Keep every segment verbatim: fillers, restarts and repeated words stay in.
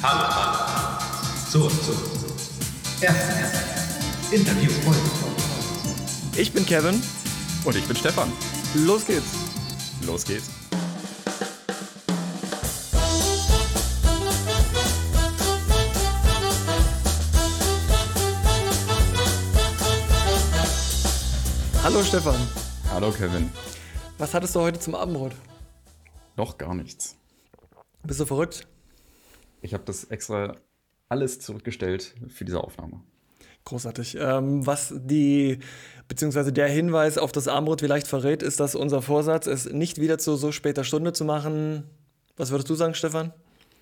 Hallo, hallo. So und so. Erst, erst. Interview Folge. Ich bin Kevin. Und ich bin Stefan. Los geht's. Los geht's. Hallo Stefan. Hallo Kevin. Was hattest du heute zum Abendbrot? Noch gar nichts. Bist du verrückt? Ich habe das extra alles zurückgestellt für diese Aufnahme. Großartig. Ähm, was die, beziehungsweise der Hinweis auf das Abendbrot vielleicht verrät, ist, dass unser Vorsatz ist, nicht wieder zu so später Stunde zu machen. Was würdest du sagen, Stefan?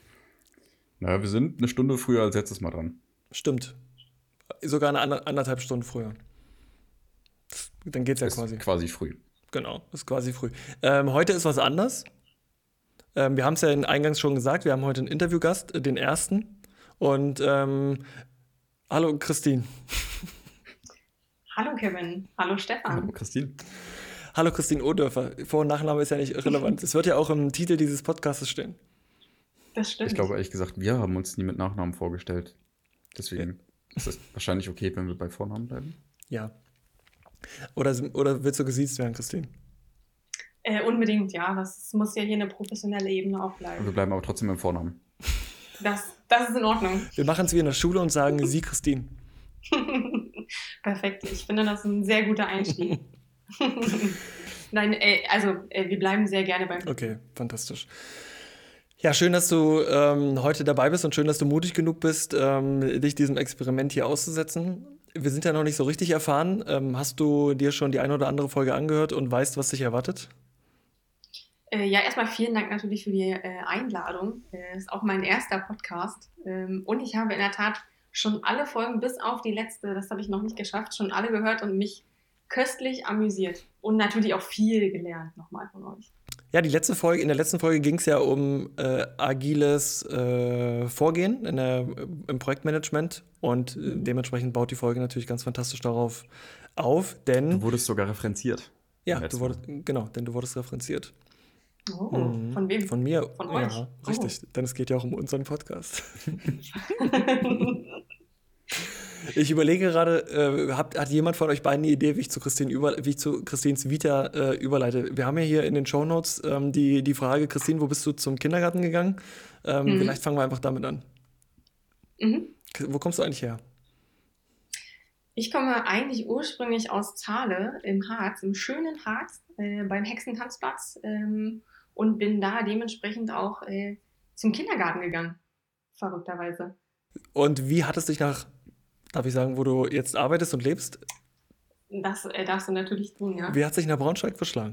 Naja, wir sind eine Stunde früher als letztes Mal dran. Stimmt. Sogar eine ander- anderthalb Stunden früher. Das, dann geht's ja Ist quasi. quasi früh. Genau, ist quasi früh. Ähm, heute ist was anders. Ähm, wir haben es ja in eingangs schon gesagt, wir haben heute einen Interviewgast, äh, den ersten. Und ähm, hallo Christine. Hallo Kevin, hallo Stefan. Hallo Christine. Hallo Christine Ohrdörfer. Vor- und Nachname ist ja nicht relevant. Es wird ja auch im Titel dieses Podcasts stehen. Das stimmt. Ich glaube ehrlich gesagt, wir haben uns nie mit Nachnamen vorgestellt. Deswegen ist es wahrscheinlich okay, wenn wir bei Vornamen bleiben. Ja. Oder, oder willst du gesiezt werden, Christine? Äh, unbedingt, ja. Das muss ja hier eine professionelle Ebene auch Und bleiben. wir bleiben aber trotzdem beim Vornamen. Das, das ist in Ordnung. Wir machen es wie in der Schule und sagen Sie, Christine. Perfekt. Ich finde, das ist ein sehr guter Einstieg. Nein, äh, also äh, wir bleiben sehr gerne beim. Okay, fantastisch. Ja, schön, dass du ähm, heute dabei bist und schön, dass du mutig genug bist, ähm, dich diesem Experiment hier auszusetzen. Wir sind ja noch nicht so richtig erfahren. Ähm, hast du dir schon die eine oder andere Folge angehört und weißt, was dich erwartet? Äh, ja, erstmal vielen Dank natürlich für die äh, Einladung. Äh, ist auch mein erster Podcast. Ähm, und ich habe in der Tat schon alle Folgen, bis auf die letzte, das habe ich noch nicht geschafft, schon alle gehört und mich köstlich amüsiert. Und natürlich auch viel gelernt nochmal von euch. Ja, die letzte Folge, in der letzten Folge ging es ja um äh, agiles äh, Vorgehen in der, im Projektmanagement und äh, dementsprechend baut die Folge natürlich ganz fantastisch darauf auf, denn Du wurdest sogar referenziert. ja, letzten du wurdest, genau, denn du wurdest referenziert. Oh, Mhm. von wem? Von mir. Von euch? Ja, Oh. richtig. Denn es geht ja auch um unseren Podcast. Ich überlege gerade, äh, hat, hat jemand von euch beiden eine Idee, wie ich zu, Christine über, wie ich zu Christines Vita äh, überleite? Wir haben ja hier in den Shownotes ähm, die, die Frage, Christine, wo bist du zum Kindergarten gegangen? Ähm, Mhm. Vielleicht fangen wir einfach damit an. Mhm. Wo kommst du eigentlich her? Ich komme eigentlich ursprünglich aus Zahle im Harz, im schönen Harz, äh, beim Hexentanzplatz ähm, und bin da dementsprechend auch äh, zum Kindergarten gegangen, verrückterweise. Und wie hat es dich nach, darf ich sagen, wo du jetzt arbeitest und lebst, Das äh, darfst du natürlich tun, ja. wie hat sich nach Braunschweig verschlagen?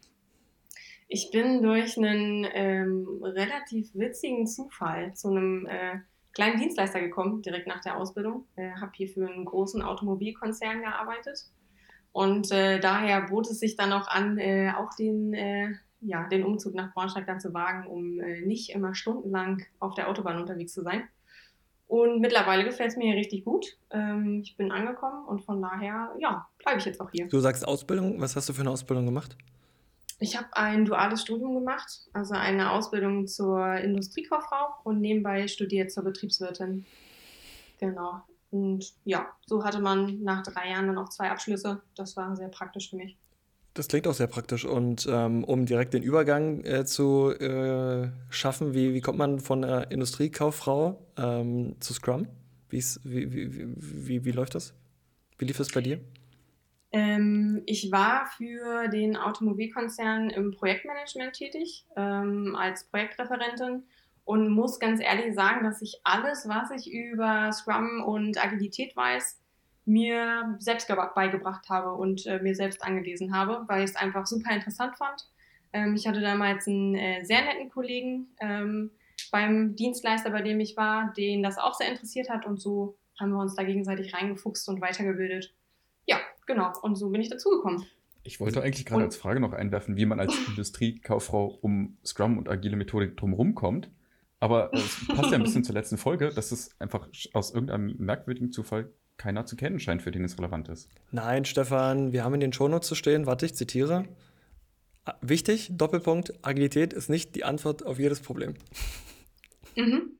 Ich bin durch einen ähm, relativ witzigen Zufall zu einem äh, kleinen Dienstleister gekommen, direkt nach der Ausbildung. Äh, habe hier für einen großen Automobilkonzern gearbeitet. Und äh, daher bot es sich dann auch an, äh, auch den, äh, ja, den Umzug nach Braunschweig dann zu wagen, um äh, nicht immer stundenlang auf der Autobahn unterwegs zu sein. Und mittlerweile gefällt es mir hier richtig gut. Ähm, ich bin angekommen und von daher, ja, bleibe ich jetzt auch hier. Du sagst Ausbildung, was hast du für eine Ausbildung gemacht? Ich habe ein duales Studium gemacht, also eine Ausbildung zur Industriekauffrau und nebenbei studiert zur Betriebswirtin. Genau. Und ja, so hatte man nach drei Jahren dann auch zwei Abschlüsse. Das war sehr praktisch für mich. Das klingt auch sehr praktisch. Und ähm, um direkt den Übergang äh, zu äh, schaffen, wie, wie kommt man von der Industriekauffrau ähm, zu Scrum? Wie's, wie, wie, wie, wie, wie läuft das? Wie lief das bei dir? Ähm, ich war für den Automobilkonzern im Projektmanagement tätig, ähm, als Projektreferentin und muss ganz ehrlich sagen, dass ich alles, was ich über Scrum und Agilität weiß, mir selbst geba- beigebracht habe und äh, mir selbst angelesen habe, weil ich es einfach super interessant fand. Ähm, ich hatte damals einen äh, sehr netten Kollegen ähm, beim Dienstleister, bei dem ich war, den das auch sehr interessiert hat und so haben wir uns da gegenseitig reingefuchst und weitergebildet. Ja, genau. Und so bin ich dazugekommen. Ich wollte eigentlich gerade Und- als Frage noch einwerfen, wie man als Industriekauffrau um Scrum und agile Methodik drumherum kommt. Aber es passt ja ein bisschen zur letzten Folge, dass es einfach aus irgendeinem merkwürdigen Zufall keiner zu kennen scheint, für den es relevant ist. Nein, Stefan, wir haben in den Shownotes zu stehen, warte, ich zitiere. Ah, Wichtig, Doppelpunkt, Agilität ist nicht die Antwort auf jedes Problem. Mhm.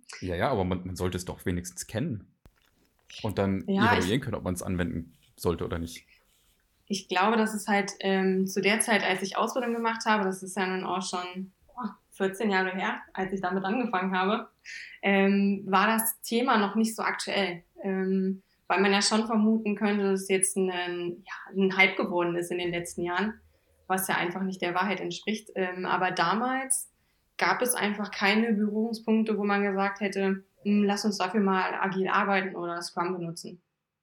Ja, ja, aber man, man sollte es doch wenigstens kennen und dann Ja, evaluieren ich, können, ob man es anwenden sollte oder nicht. ich glaube, dass es halt ähm, zu der Zeit, als ich Ausbildung gemacht habe, das ist ja nun auch schon boah, vierzehn Jahre her, als ich damit angefangen habe, ähm, war das Thema noch nicht so aktuell. Ähm, weil man ja schon vermuten könnte, dass es jetzt ein, ja, ein Hype geworden ist in den letzten Jahren, was ja einfach nicht der Wahrheit entspricht. Ähm, aber damals gab es einfach keine Berührungspunkte, wo man gesagt hätte, "Hm, lass uns dafür mal agil arbeiten oder Scrum benutzen."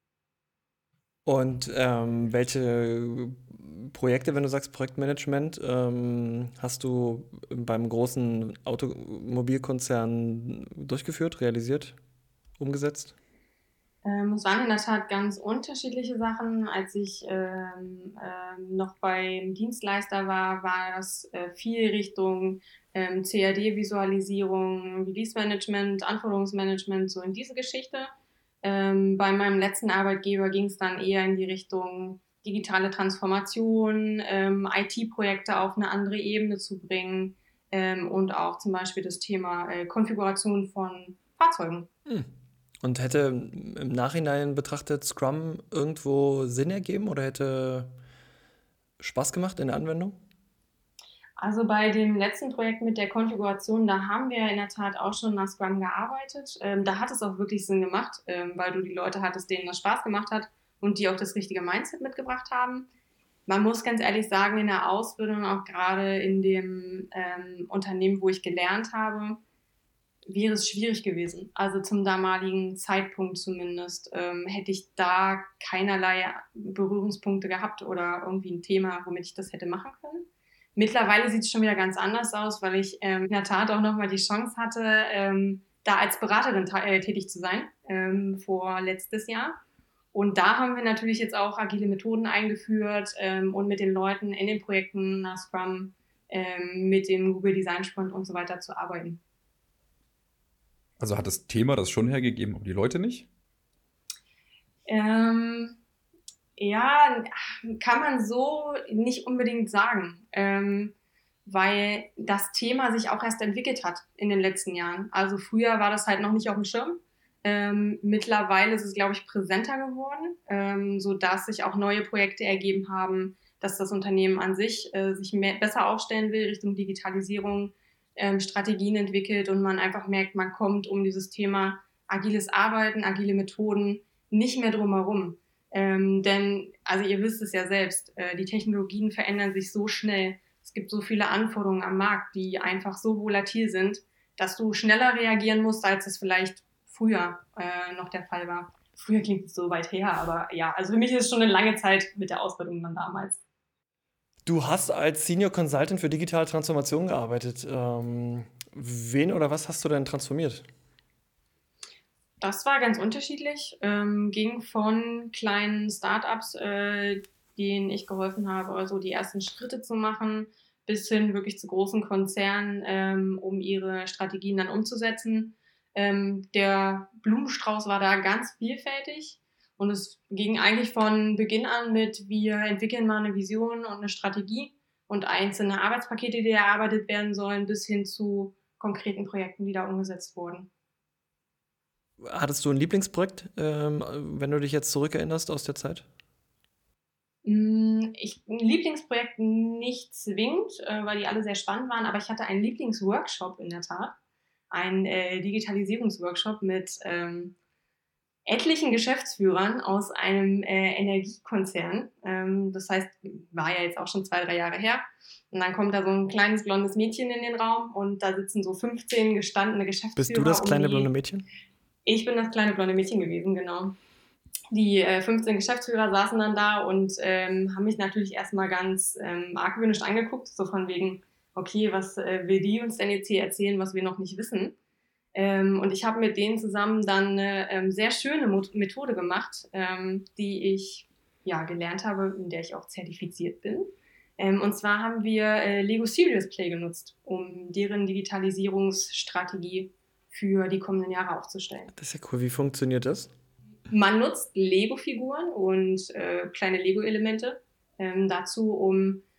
Und ähm, welche Projekte, wenn du sagst Projektmanagement, ähm, hast du beim großen Automobilkonzern durchgeführt, realisiert, umgesetzt? Ähm, es waren in der Tat ganz unterschiedliche Sachen. Als ich ähm, ähm, noch beim Dienstleister war, war das äh, viel Richtung ähm, C A D-Visualisierung, Release-Management, Anforderungsmanagement, so in diese Geschichte. Ähm, bei meinem letzten Arbeitgeber ging es dann eher in die Richtung digitale Transformation, ähm, I T-Projekte auf eine andere Ebene zu bringen ähm, und auch zum Beispiel das Thema äh, Konfiguration von Fahrzeugen. Hm. Und hätte im Nachhinein betrachtet Scrum irgendwo Sinn ergeben oder hätte Spaß gemacht in der Anwendung? Also bei dem letzten Projekt mit der Konfiguration, da haben wir in der Tat auch schon nach Scrum gearbeitet. Ähm, da hat es auch wirklich Sinn gemacht, ähm, weil du die Leute hattest, denen das Spaß gemacht hat und die auch das richtige Mindset mitgebracht haben. Man muss ganz ehrlich sagen, in der Ausbildung, auch gerade in dem ähm, Unternehmen, wo ich gelernt habe, wäre es schwierig gewesen. Also zum damaligen Zeitpunkt zumindest ähm, hätte ich da keinerlei Berührungspunkte gehabt oder irgendwie ein Thema, womit ich das hätte machen können. Mittlerweile sieht es schon wieder ganz anders aus, weil ich ähm, in der Tat auch nochmal die Chance hatte, ähm, da als Beraterin äh, tätig zu sein, ähm, vor letztes Jahr. Und da haben wir natürlich jetzt auch agile Methoden eingeführt ähm, und mit den Leuten in den Projekten nach Scrum, ähm, mit dem Google Design Sprint und so weiter zu arbeiten. Also hat das Thema das schon hergegeben, aber die Leute nicht? Ähm, ja, kann man so nicht unbedingt sagen, ähm, weil das Thema sich auch erst entwickelt hat in den letzten Jahren. Also früher war das halt noch nicht auf dem Schirm. Ähm, mittlerweile ist es, glaube ich, präsenter geworden, ähm, sodass sich auch neue Projekte ergeben haben, dass das Unternehmen an sich äh, sich mehr, besser aufstellen will Richtung Digitalisierung, ähm, Strategien entwickelt und man einfach merkt, man kommt um dieses Thema agiles Arbeiten, agile Methoden nicht mehr drumherum. Ähm, denn, also ihr wisst es ja selbst, äh, die Technologien verändern sich so schnell. Es gibt so viele Anforderungen am Markt, die einfach so volatil sind, dass du schneller reagieren musst, als es vielleicht früher äh, noch der Fall war. Früher klingt es so weit her, aber ja, also für mich ist es schon eine lange Zeit mit der Ausbildung dann damals. Du hast als Senior Consultant für digitale Transformation gearbeitet. Ähm, wen oder was hast du denn transformiert? Das war ganz unterschiedlich, ähm, ging von kleinen Startups, äh, denen ich geholfen habe, also die ersten Schritte zu machen, bis hin wirklich zu großen Konzernen, ähm, um ihre Strategien dann umzusetzen. Ähm, der Blumenstrauß war da ganz vielfältig und es ging eigentlich von Beginn an mit, wir entwickeln mal eine Vision und eine Strategie und einzelne Arbeitspakete, die erarbeitet werden sollen, bis hin zu konkreten Projekten, die da umgesetzt wurden. Hattest du ein Lieblingsprojekt, ähm, wenn du dich jetzt zurückerinnerst aus der Zeit? Hm, ich, ein Lieblingsprojekt nicht zwingend, äh, weil die alle sehr spannend waren, aber ich hatte einen Lieblingsworkshop in der Tat. Einen äh, Digitalisierungsworkshop mit ähm, etlichen Geschäftsführern aus einem äh, Energiekonzern. Ähm, das heißt, war ja jetzt auch schon zwei, drei Jahre her. Und dann kommt da so ein kleines blondes Mädchen in den Raum und da sitzen so fünfzehn gestandene Bist du Geschäftsführer das um kleine blonde die. Mädchen? Ich bin das kleine blonde Mädchen gewesen, genau. Die äh, fünfzehn Geschäftsführer saßen dann da und ähm, haben mich natürlich erstmal ganz ähm, argwöhnisch angeguckt, so von wegen, okay, was äh, will die uns denn jetzt hier erzählen, was wir noch nicht wissen? Ähm, und ich habe mit denen zusammen dann eine ähm, sehr schöne Mo- Methode gemacht, ähm, die ich ja gelernt habe, in der ich auch zertifiziert bin. Ähm, und zwar haben wir äh, Lego Serious Play genutzt, um deren Digitalisierungsstrategie für die kommenden Jahre aufzustellen. Das ist ja cool. Wie funktioniert das? Man nutzt Lego-Figuren und äh, kleine Lego-Elemente ähm, dazu, um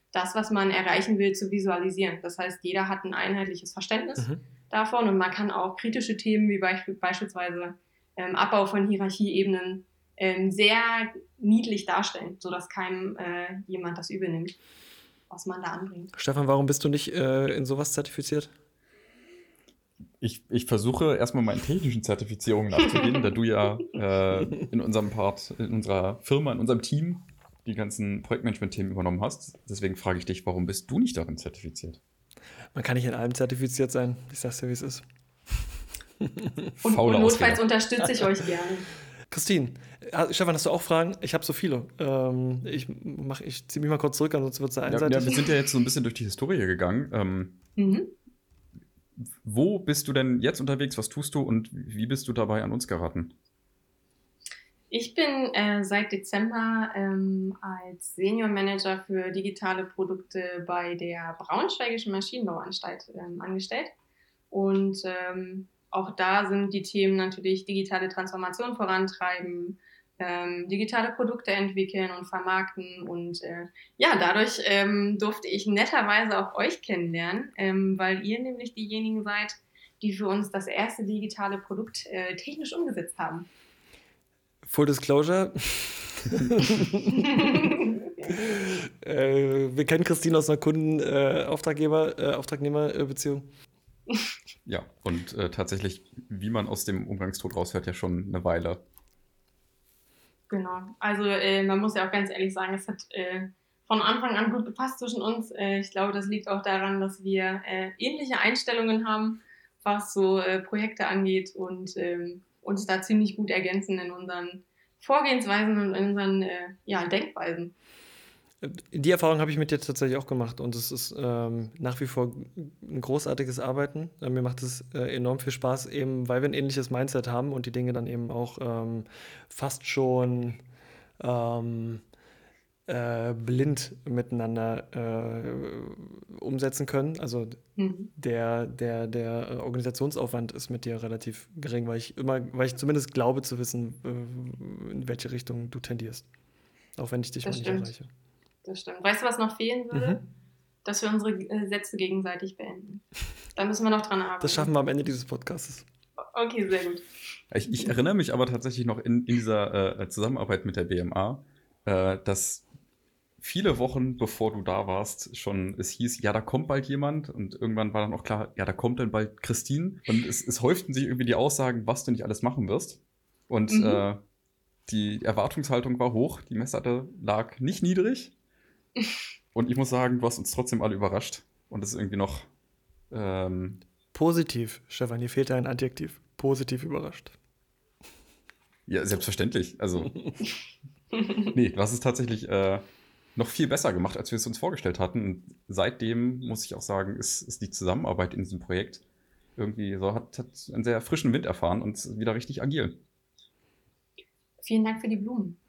das, was man erreichen will, zu visualisieren. Das heißt, jeder hat ein einheitliches Verständnis Mhm. davon und man kann auch kritische Themen wie beisp beispielsweise ähm, Abbau von Hierarchieebenen ähm, sehr niedlich darstellen, sodass keinem äh, jemand das übel nimmt, was man da anbringt. Stefan, warum bist du nicht äh, in sowas zertifiziert? Ich, ich versuche erstmal meinen technischen Zertifizierungen nachzugehen, da du ja äh, in unserem Part, in unserer Firma, in unserem Team die ganzen Projektmanagement-Themen übernommen hast. Deswegen frage ich dich, warum bist du nicht darin zertifiziert? Man kann nicht in allem zertifiziert sein. Ich sag's dir, wie es ist. Und, Faule und notfalls Ausrede. unterstütze ich euch gerne. Christine, äh, Stefan, hast du auch Fragen? Ich habe so viele. Ähm, ich mach, ich ziehe mich mal kurz zurück, ansonsten wird es Ja, einseitig. ja, wir sind ja jetzt so ein bisschen durch die Historie gegangen. Ähm, Mhm. wo bist du denn jetzt unterwegs? Was tust du und wie bist du dabei an uns geraten? Ich bin äh, seit Dezember ähm, als Senior Manager für digitale Produkte bei der Braunschweigischen Maschinenbauanstalt ähm, angestellt. Und ähm, auch da sind die Themen natürlich digitale Transformation vorantreiben, ähm, digitale Produkte entwickeln und vermarkten. Und äh, ja, dadurch ähm, durfte ich netterweise auch euch kennenlernen, ähm, weil ihr nämlich diejenigen seid, die für uns das erste digitale Produkt äh, technisch umgesetzt haben. Full Disclosure. äh, wir kennen Christine aus einer Kunden-Auftraggeber-Auftragnehmer-Beziehung. Ja, und äh, tatsächlich, wie man aus dem Umgangstod raushört, ja schon eine Weile. Genau, also äh, man muss ja auch ganz ehrlich sagen, es hat äh, von Anfang an gut gepasst zwischen uns. Äh, ich glaube, das liegt auch daran, dass wir äh, ähnliche Einstellungen haben, was so äh, Projekte angeht und ähm, uns da ziemlich gut ergänzen in unseren Vorgehensweisen und in unseren äh, ja, Denkweisen. Die Erfahrung habe ich mit dir tatsächlich auch gemacht und es ist ähm, nach wie vor ein großartiges Arbeiten. Äh, mir macht es äh, enorm viel Spaß, eben weil wir ein ähnliches Mindset haben und die Dinge dann eben auch ähm, fast schon ähm, äh, blind miteinander äh, umsetzen können. Also Mhm. der, der, der äh, Organisationsaufwand ist mit dir relativ gering, weil ich immer, weil ich zumindest glaube zu wissen, äh, in welche Richtung du tendierst. Auch wenn ich dich Das mal nicht stimmt. erreiche. Das stimmt. Weißt du, was noch fehlen würde? Mhm. Dass wir unsere äh, Sätze gegenseitig beenden. Da müssen wir noch dran arbeiten. Das schaffen wir am Ende dieses Podcasts. Okay, sehr gut. Ich, ich erinnere mich aber tatsächlich noch in, in dieser äh, Zusammenarbeit mit der B M A, äh, dass viele Wochen bevor du da warst, schon es hieß, ja, da kommt bald jemand und irgendwann war dann auch klar, ja, da kommt dann bald Christine und es, es häuften sich irgendwie die Aussagen, was du nicht alles machen wirst und Mhm. äh, die Erwartungshaltung war hoch, die Messlatte lag nicht niedrig und ich muss sagen, du hast uns trotzdem alle überrascht und es ist irgendwie noch ähm, Positiv, Stefan, hier fehlt ein Adjektiv. Positiv überrascht. ja, selbstverständlich, also nee, du hast es tatsächlich äh, noch viel besser gemacht, als wir es uns vorgestellt hatten. Und seitdem, muss ich auch sagen, ist, ist die Zusammenarbeit in diesem Projekt irgendwie so, hat, hat einen sehr frischen Wind erfahren und ist wieder richtig agil. Vielen Dank für die Blumen.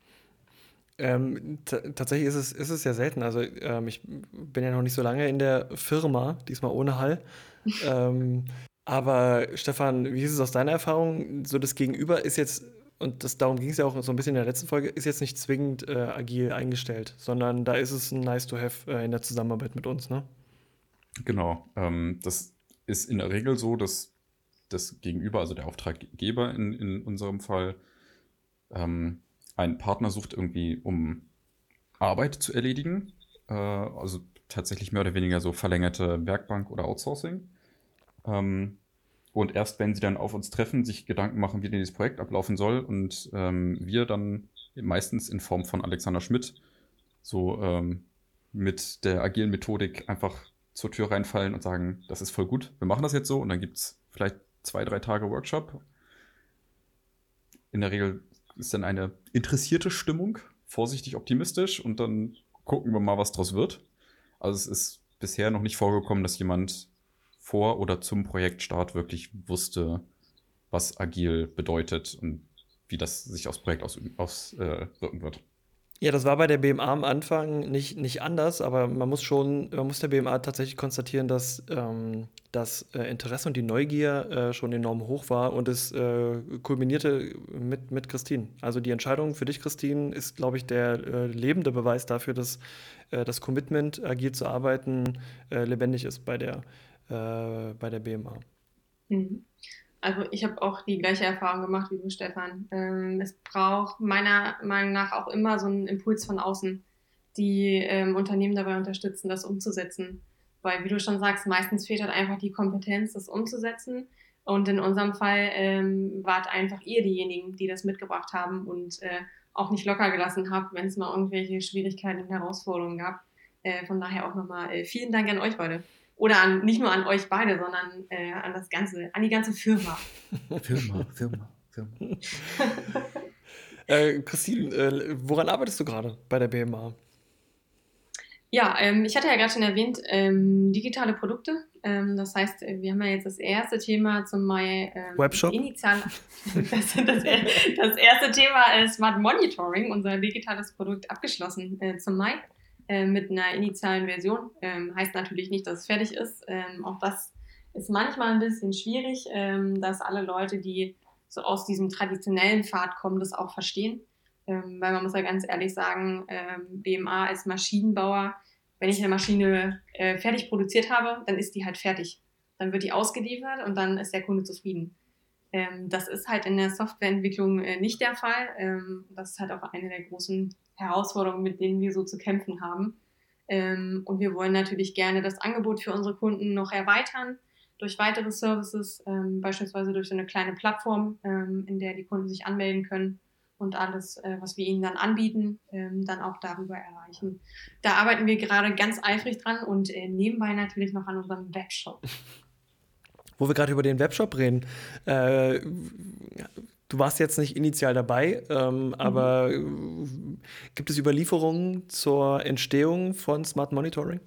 Ähm, t- tatsächlich ist es, ist es ja selten. Also ähm, ich bin ja noch nicht so lange in der Firma, diesmal ohne Hall. ähm, aber Stefan, wie ist es aus deiner Erfahrung? So das Gegenüber ist jetzt, und das, darum ging es ja auch so ein bisschen in der letzten Folge, ist jetzt nicht zwingend äh, agil eingestellt, sondern da ist es ein nice to have äh, in der Zusammenarbeit mit uns, ne? Genau. Ähm, das ist in der Regel so, dass das Gegenüber, also der Auftraggeber in, in unserem Fall, ähm, einen Partner sucht irgendwie, um Arbeit zu erledigen. Äh, also tatsächlich mehr oder weniger so verlängerte Werkbank oder Outsourcing. Ähm, und erst wenn sie dann auf uns treffen, sich Gedanken machen, wie denn dieses Projekt ablaufen soll und ähm, wir dann meistens in Form von Alexander Schmidt so ähm, mit der agilen Methodik einfach zur Tür reinfallen und sagen, das ist voll gut, wir machen das jetzt so und dann gibt es vielleicht zwei, drei Tage Workshop. In der Regel ist dann eine interessierte Stimmung, vorsichtig optimistisch und dann gucken wir mal, was draus wird. Also es ist bisher noch nicht vorgekommen, dass jemand vor oder zum Projektstart wirklich wusste, was agil bedeutet und wie das sich aufs Projekt auswirken aus, äh, wird. Ja, das war bei der B M A am Anfang nicht, nicht anders, aber man muss schon, man muss der B M A tatsächlich konstatieren, dass ähm, das äh, Interesse und die Neugier äh, schon enorm hoch war und es äh, kulminierte mit, mit Christine. Also die Entscheidung für dich, Christine, ist, glaube ich, der äh, lebende Beweis dafür, dass äh, das Commitment, agil zu arbeiten, äh, lebendig ist bei der, äh, bei der B M A. Mhm. Also ich habe auch die gleiche Erfahrung gemacht wie du, Stefan. Ähm, es braucht meiner Meinung nach auch immer so einen Impuls von außen, die ähm, Unternehmen dabei unterstützen, das umzusetzen. Weil, wie du schon sagst, meistens fehlt halt einfach die Kompetenz, das umzusetzen. Und in unserem Fall ähm, wart einfach ihr diejenigen, die das mitgebracht haben und äh, auch nicht locker gelassen habt, wenn es mal irgendwelche Schwierigkeiten und Herausforderungen gab. Äh, von daher auch nochmal äh, vielen Dank an euch beide. Oder an, nicht nur an euch beide, sondern äh, an das ganze, an die ganze Firma. Firma, Firma, Firma. Äh, Christine, äh, woran arbeitest du gerade bei der B M A? Ja, ähm, ich hatte ja gerade schon erwähnt, ähm, digitale Produkte. Ähm, das heißt, äh, wir haben ja jetzt das erste Thema zum Mai ähm, Webshop? initial. Das, das, das erste Thema äh, Smart Monitoring, unser digitales Produkt, abgeschlossen äh, zum Mai äh, mit einer initialen Version. Ähm, heißt natürlich nicht, dass es fertig ist. Ähm, auch das ist manchmal ein bisschen schwierig, ähm, dass alle Leute, die so aus diesem traditionellen Pfad kommen, das auch verstehen. Ähm, weil man muss ja ganz ehrlich sagen, ähm, B M A als Maschinenbauer, wenn ich eine Maschine äh, fertig produziert habe, dann ist die halt fertig. Dann wird die ausgeliefert und dann ist der Kunde zufrieden. Ähm, das ist halt in der Softwareentwicklung äh, nicht der Fall. Ähm, das ist halt auch eine der großen Herausforderungen, mit denen wir so zu kämpfen haben. Ähm, und wir wollen natürlich gerne das Angebot für unsere Kunden noch erweitern durch weitere Services, ähm, beispielsweise durch so eine kleine Plattform, ähm, in der die Kunden sich anmelden können und alles, äh, was wir ihnen dann anbieten, ähm, dann auch darüber erreichen. Da arbeiten wir gerade ganz eifrig dran und äh, nebenbei natürlich noch an unserem Webshop. Wo wir gerade über den Webshop reden. Äh, du warst jetzt nicht initial dabei, ähm, aber äh, gibt es Überlieferungen zur Entstehung von Smart Monitoring?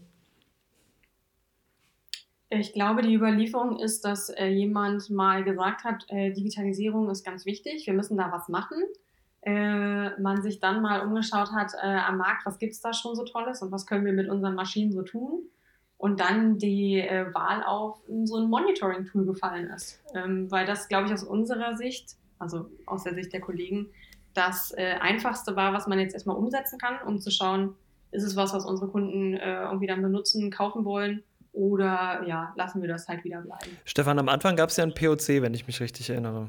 Ich glaube, die Überlieferung ist, dass äh, jemand mal gesagt hat, äh, Digitalisierung ist ganz wichtig, wir müssen da was machen. Äh, man sich dann mal umgeschaut hat äh, am Markt, was gibt es da schon so Tolles und was können wir mit unseren Maschinen so tun. Und dann die äh, Wahl auf so ein Monitoring-Tool gefallen ist. Ähm, weil das, glaube ich, aus unserer Sicht, also aus der Sicht der Kollegen, das äh, Einfachste war, was man jetzt erstmal umsetzen kann, um zu schauen, ist es was, was unsere Kunden äh, irgendwie dann benutzen, kaufen wollen oder ja, lassen wir das halt wieder bleiben. Stefan, am Anfang gab es ja ein P O C, wenn ich mich richtig erinnere.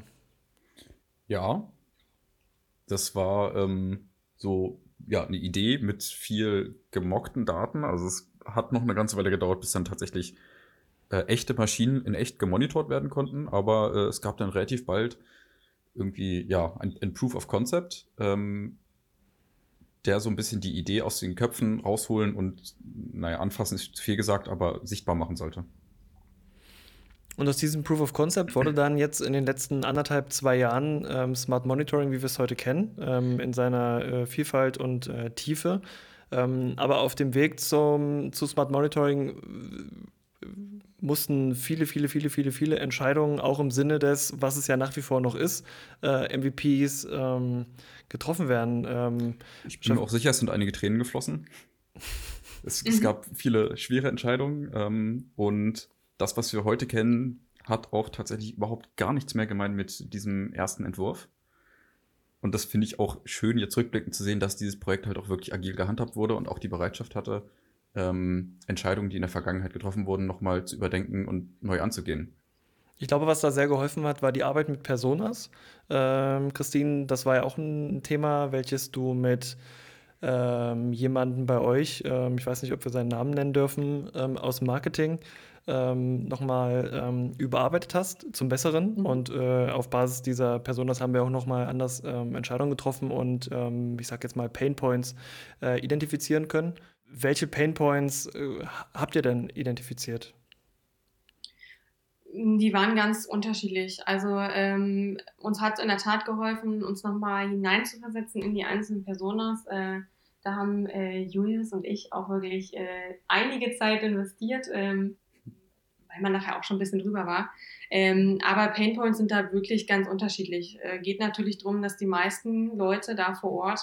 Ja, das war ähm, so ja, eine Idee mit viel gemockten Daten. Also es hat noch eine ganze Weile gedauert, bis dann tatsächlich äh, echte Maschinen in echt gemonitort werden konnten. Aber äh, es gab dann relativ bald irgendwie ja ein, ein Proof of Concept, ähm, der so ein bisschen die Idee aus den Köpfen rausholen und, naja, anfassen ist zu viel gesagt, aber sichtbar machen sollte. Und aus diesem Proof of Concept wurde dann jetzt in den letzten anderthalb, zwei Jahren ähm, Smart Monitoring, wie wir es heute kennen, ähm, in seiner äh, Vielfalt und äh, Tiefe. Ähm, aber auf dem Weg zum, zu Smart Monitoring äh, mussten viele, viele, viele, viele, viele Entscheidungen, auch im Sinne des, was es ja nach wie vor noch ist, äh, M V Ps ähm, getroffen werden. Ähm, Ich bin mir auch sicher, es sind einige Tränen geflossen. Es, es Mhm. gab viele schwere Entscheidungen ähm, und das, was wir heute kennen, hat auch tatsächlich überhaupt gar nichts mehr gemeint mit diesem ersten Entwurf. Und das finde ich auch schön, jetzt rückblickend zu sehen, dass dieses Projekt halt auch wirklich agil gehandhabt wurde und auch die Bereitschaft hatte, ähm, Entscheidungen, die in der Vergangenheit getroffen wurden, nochmal zu überdenken und neu anzugehen. Ich glaube, was da sehr geholfen hat, war die Arbeit mit Personas. Ähm, Christine, das war ja auch ein Thema, welches du mit ähm, jemanden bei euch, ähm, ich weiß nicht, ob wir seinen Namen nennen dürfen, ähm, aus dem Marketing, ähm, nochmal ähm, überarbeitet hast zum Besseren. Mhm. Und äh, auf Basis dieser Personas haben wir auch nochmal anders ähm, Entscheidungen getroffen und ähm, ich sag jetzt mal Pain Points äh, identifizieren können. Welche Pain Points äh, habt ihr denn identifiziert? Die waren ganz unterschiedlich. Also ähm, uns hat in der Tat geholfen, uns nochmal hineinzuversetzen in die einzelnen Personas. Äh, da haben äh, Julius und ich auch wirklich äh, einige Zeit investiert, ähm, weil man nachher auch schon ein bisschen drüber war. Ähm, aber Painpoints sind da wirklich ganz unterschiedlich. Äh, geht natürlich darum, dass die meisten Leute da vor Ort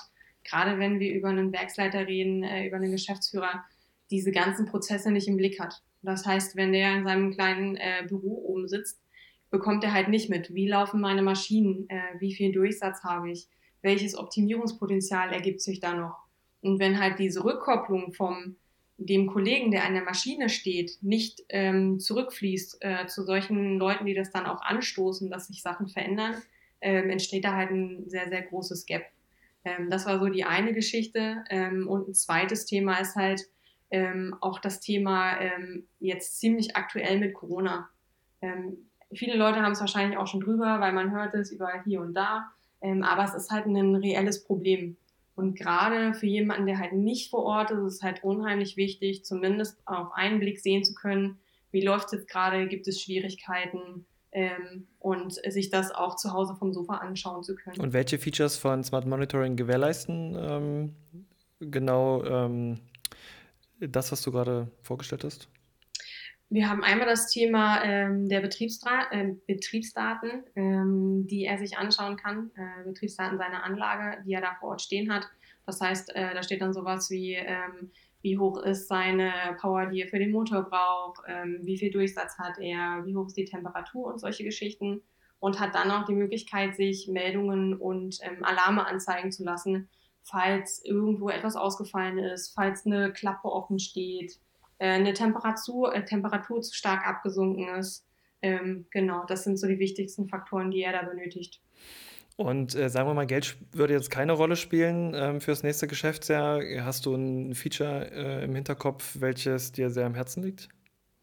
gerade wenn wir über einen Werksleiter reden, äh, über einen Geschäftsführer, diese ganzen Prozesse nicht im Blick hat. Das heißt, wenn der in seinem kleinen äh, Büro oben sitzt, bekommt er halt nicht mit, wie laufen meine Maschinen, äh, wie viel Durchsatz habe ich, welches Optimierungspotenzial ergibt sich da noch. Und wenn halt diese Rückkopplung vom dem Kollegen, der an der Maschine steht, nicht ähm, zurückfließt äh, zu solchen Leuten, die das dann auch anstoßen, dass sich Sachen verändern, ähm, entsteht da halt ein sehr, sehr großes Gap. Ähm, das war so die eine Geschichte. Ähm, und ein zweites Thema ist halt ähm, auch das Thema ähm, jetzt ziemlich aktuell mit Corona. Ähm, viele Leute haben es wahrscheinlich auch schon drüber, weil man hört es überall hier und da. Ähm, aber es ist halt ein reelles Problem. Und gerade für jemanden, der halt nicht vor Ort ist, ist es halt unheimlich wichtig, zumindest auf einen Blick sehen zu können, wie läuft es jetzt gerade, gibt es Schwierigkeiten ähm, und sich das auch zu Hause vom Sofa anschauen zu können. Und welche Features von Smart Monitoring gewährleisten ähm, genau ähm, das, was du gerade vorgestellt hast? Wir haben einmal das Thema ähm, der Betriebsdra- äh, Betriebsdaten, ähm, die er sich anschauen kann, äh, Betriebsdaten seiner Anlage, die er da vor Ort stehen hat. Das heißt, äh, da steht dann sowas wie, ähm, wie hoch ist seine Power, die er für den Motor braucht, ähm, wie viel Durchsatz hat er, wie hoch ist die Temperatur und solche Geschichten. Und hat dann auch die Möglichkeit, sich Meldungen und ähm, Alarme anzeigen zu lassen, falls irgendwo etwas ausgefallen ist, falls eine Klappe offen steht, eine Temperatur, äh, Temperatur zu stark abgesunken ist. Ähm, genau, das sind so die wichtigsten Faktoren, die er da benötigt. Und äh, sagen wir mal, Geld würde jetzt keine Rolle spielen ähm, fürs nächste Geschäftsjahr. Hast du ein Feature äh, im Hinterkopf, welches dir sehr am Herzen liegt?